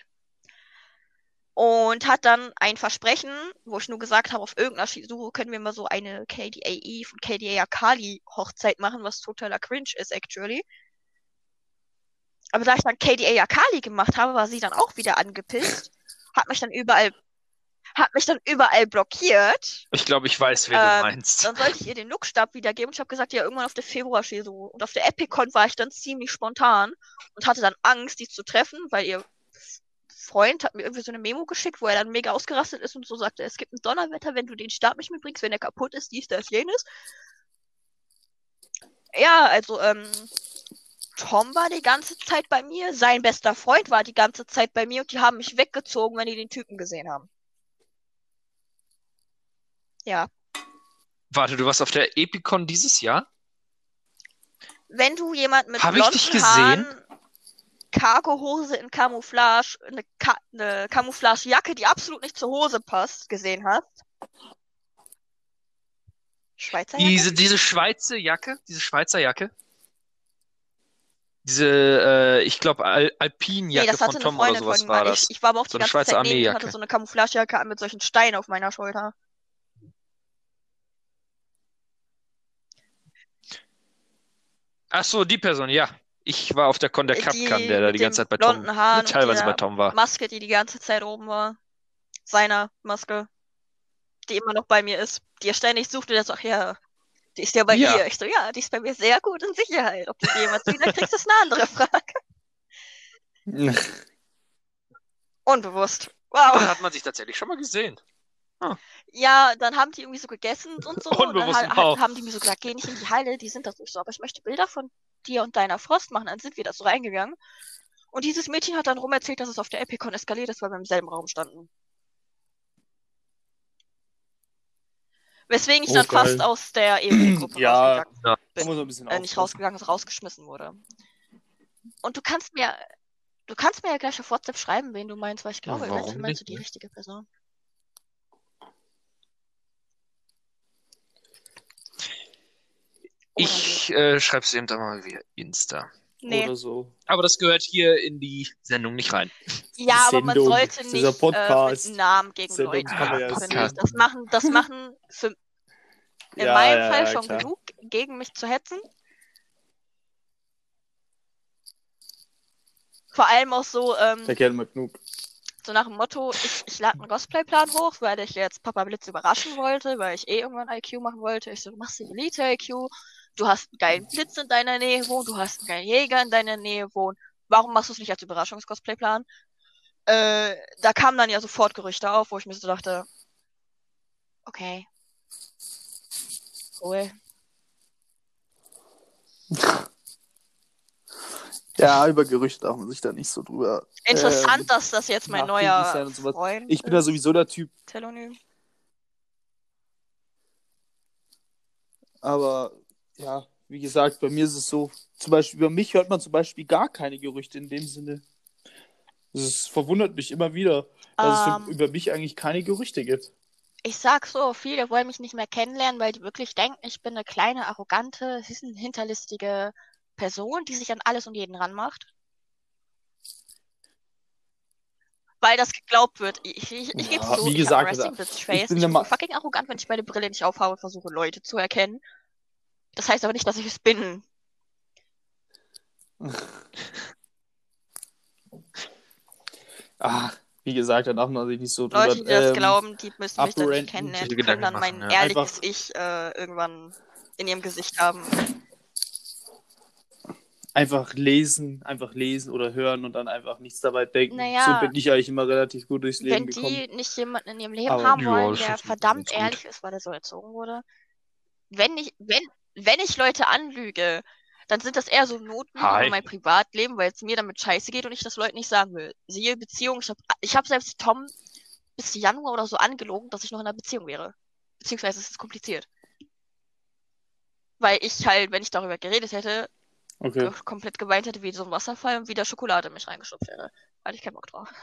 Und hat dann ein Versprechen, wo ich nur gesagt habe, auf irgendeiner Shizuru können wir mal so eine K D A Eve und K D A Akali Hochzeit machen, was totaler Cringe ist, actually. Aber da ich dann K D A Akali gemacht habe, war sie dann auch wieder angepisst. Hat mich dann überall, hat mich dann überall blockiert. Ich glaube, ich weiß, wen Ähm, du meinst. Dann sollte ich ihr den Nookstab wiedergeben und ich habe gesagt, ja, irgendwann auf der Februar-Shizuru. Und auf der Epicon war ich dann ziemlich spontan und hatte dann Angst, die zu treffen, weil ihr Freund hat mir irgendwie so eine Memo geschickt, wo er dann mega ausgerastet ist und so sagte, es gibt ein Donnerwetter, wenn du den Stab nicht mitbringst, wenn der kaputt ist, dies, das, jenes. Ja, also, ähm, Tom war die ganze Zeit bei mir, sein bester Freund war die ganze Zeit bei mir und die haben mich weggezogen, wenn die den Typen gesehen haben. Ja. Warte, du warst auf der Epicon dieses Jahr? Wenn du jemanden mit Hab ich blonden dich gesehen? Haaren, Cargohose in Camouflage, eine, Ka eine Camouflagejacke, die absolut nicht zur Hose passt, gesehen hast. Schweizer Jacke? Diese, diese Schweizer Jacke, diese Schweizer Jacke. Diese, äh, ich glaube, Al Alpinjacke Nee, das hatte von eine Tom oder Freundin sowas von ihm war an. das. Ich, ich war aber auch So die eine ganze Schweizer Zeit neben ihm und hatte Armeejacke. so eine Camouflagejacke an mit solchen Steinen auf meiner Schulter. Ach so, die Person, ja. Ich war auf der Con der Äh, Capcan, Die der da mit die den ganze Zeit bei Tom, blonden Haaren und teilweise bei dieser Tom war. Maske, die die ganze Zeit oben war. Seiner Maske, die immer noch bei mir ist. Die er ständig sucht und er so, ach ja, die ist ja bei Ja. ihr. Ich so, ja, die ist bei mir sehr gut in Sicherheit. Ob du die jemals wieder kriegst, ist eine andere Frage. Unbewusst. Da Wow. hat man sich tatsächlich schon mal gesehen. Ja, dann haben die irgendwie so gegessen und so. Und dann Unbewusst, ha wow. haben die mir so gesagt, geh nicht in die Halle, die sind das nicht so. Aber ich möchte Bilder von dir und deiner Frost machen. Dann sind wir da so reingegangen. Und dieses Mädchen hat dann rum erzählt, dass es auf der Epicon eskaliert ist, weil wir im selben Raum standen. Weswegen ich Oh, dann geil. fast aus der E O P-Gruppe Ja, rausgegangen Ja. Da bin. muss man ein bisschen Äh, nicht aufpassen. rausgegangen, ist rausgeschmissen wurde. Und du kannst mir, du kannst mir ja gleich auf WhatsApp schreiben, wen du meinst, weil ich glaube, warum eventuell meinst du nicht, die ne? richtige Person. Oder Ich äh, schreib's eben da mal via Insta. Nee. Oder so. Aber das gehört hier in die Sendung nicht rein. Ja, aber man Sendung, sollte dieser nicht Podcast. äh, mit Namen gegen Sendung Leute kann man ja machen, finde ich. Podcast. Das machen, das machen für, in Ja, meinem ja, Fall ja, schon klar. genug, gegen mich zu hetzen. Vor allem auch so, ähm, Da kennt man genug. so nach dem Motto, ich, ich lade einen Cosplayplan hoch, weil ich jetzt Papa Blitz überraschen wollte, weil ich eh irgendwann I Q machen wollte. Ich so, du machst den Elite-I Q, du hast einen geilen Blitz in deiner Nähe wohnen, du hast einen geilen Jäger in deiner Nähe wohnen. Warum machst du es nicht als Überraschungs-Cosplayplan? Äh, da kamen dann ja sofort Gerüchte auf, wo ich mir so dachte, okay. Cool. Ja, über Gerüchte darf man sich da nicht so drüber. Interessant, ähm, dass das jetzt mein nachdenklich neuer sein und sowas. Freund Ich bin da ist, sowieso der Typ, Telonym. aber ja, wie gesagt, bei mir ist es so, zum Beispiel über mich hört man zum Beispiel gar keine Gerüchte in dem Sinne. Es verwundert mich immer wieder, dass es Ähm, für, über mich eigentlich keine Gerüchte gibt. Ich sag so, viele wollen mich nicht mehr kennenlernen, weil die wirklich denken, ich bin eine kleine, arrogante, hissen- hinterlistige Person, die sich an alles und jeden ranmacht. Weil das geglaubt wird. Ich, ich, ich gebe Ja, zu, wie ich gesagt, habe Alter, Resting Bitch ich Face. bin Ich der bin Ma- fucking arrogant, wenn ich meine Brille nicht aufhabe und versuche, Leute zu erkennen. Das heißt aber nicht, dass ich es bin. Ah, wie gesagt, da darf man sich nicht so drüber. Leute, die das ähm, glauben, die müssen mich dann nicht abbranden, kennenlernen. die Die können Gedanken dann mein machen, ja. ehrliches Einfach- Ich äh, irgendwann in ihrem Gesicht haben. einfach lesen, einfach lesen oder hören und dann einfach nichts dabei denken. Naja, so bin ich eigentlich immer relativ gut durchs Leben wenn gekommen. die nicht jemanden in ihrem Leben Aber- haben Ja, wollen, das der funktioniert verdammt ganz gut. ehrlich ist, weil er so erzogen wurde. Wenn ich, wenn, wenn ich Leute anlüge, dann sind das eher so Noten Hi. über mein Privatleben, weil es mir damit scheiße geht und ich das Leuten nicht sagen will. Siehe Beziehung, ich habe ich hab selbst Tom bis Januar oder so angelogen, dass ich noch in einer Beziehung wäre. Beziehungsweise es ist kompliziert. Weil ich halt, wenn ich darüber geredet hätte, Okay. ge- komplett geweint hätte wie so ein Wasserfall und wieder Schokolade in mich reingestopft wäre. Hatte ich keinen Bock drauf.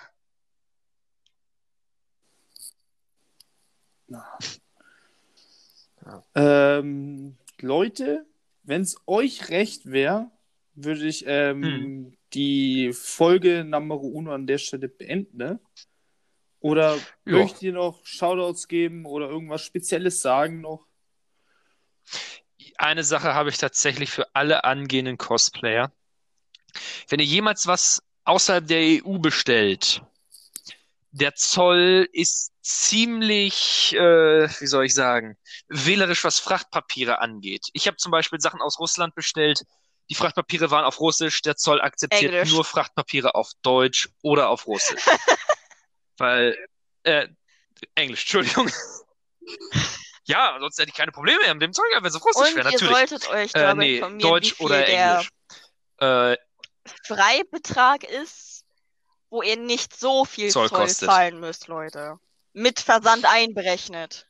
Ähm, Leute, wenn es euch recht wäre, würde ich ähm, Hm. die Folge Numero Uno an der Stelle beenden. Ne? Oder Ja. möchtet ihr noch Shoutouts geben oder irgendwas Spezielles sagen noch? Eine Sache habe ich tatsächlich für alle angehenden Cosplayer. Wenn ihr jemals was außerhalb der E U bestellt, der Zoll ist ziemlich, äh, wie soll ich sagen, wählerisch, was Frachtpapiere angeht. Ich habe zum Beispiel Sachen aus Russland bestellt. Die Frachtpapiere waren auf Russisch. Der Zoll akzeptiert Englisch. nur Frachtpapiere auf Deutsch oder auf Russisch. Weil, äh, Englisch, Entschuldigung. Ja, sonst hätte ich keine Probleme mehr mit dem Zeug, wenn es auf Russisch Und wäre, ihr natürlich. solltet euch Äh, darüber nee, informieren, Deutsch wie viel oder der Englisch. Äh, Freibetrag ist, wo ihr nicht so viel Zoll Zoll, kostet. zahlen müsst, Leute. Mit Versand einberechnet.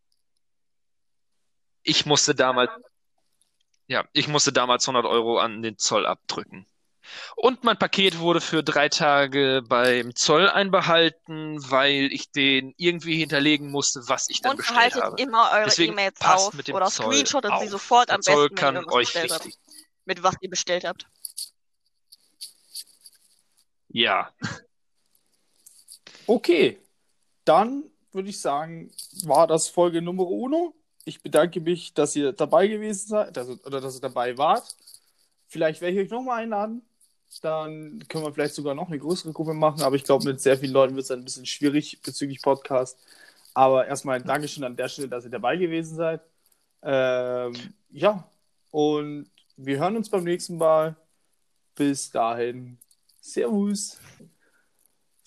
Ich musste damals, ja, ich musste damals hundert Euro an den Zoll abdrücken. Und mein Paket wurde für drei Tage beim Zoll einbehalten, weil ich den irgendwie hinterlegen musste, was ich dann Und bestellt behaltet habe. immer eure Deswegen E-Mails passt auf mit dem oder Zoll screenshottet sie auf. sofort Der am Zoll besten, wenn ihr kann irgendwas euch bestellt habt. richtig. Mit was ihr bestellt habt. Ja, Okay, dann würde ich sagen, war das Folge Nummer Uno. Ich bedanke mich, dass ihr dabei gewesen seid, also, oder dass ihr dabei wart. Vielleicht werde ich euch nochmal einladen. Dann können wir vielleicht sogar noch eine größere Gruppe machen. Aber ich glaube, mit sehr vielen Leuten wird es ein bisschen schwierig bezüglich Podcast. Aber erstmal ein Dankeschön an der Stelle, dass ihr dabei gewesen seid. Ähm, ja, und wir hören uns beim nächsten Mal. Bis dahin. Servus.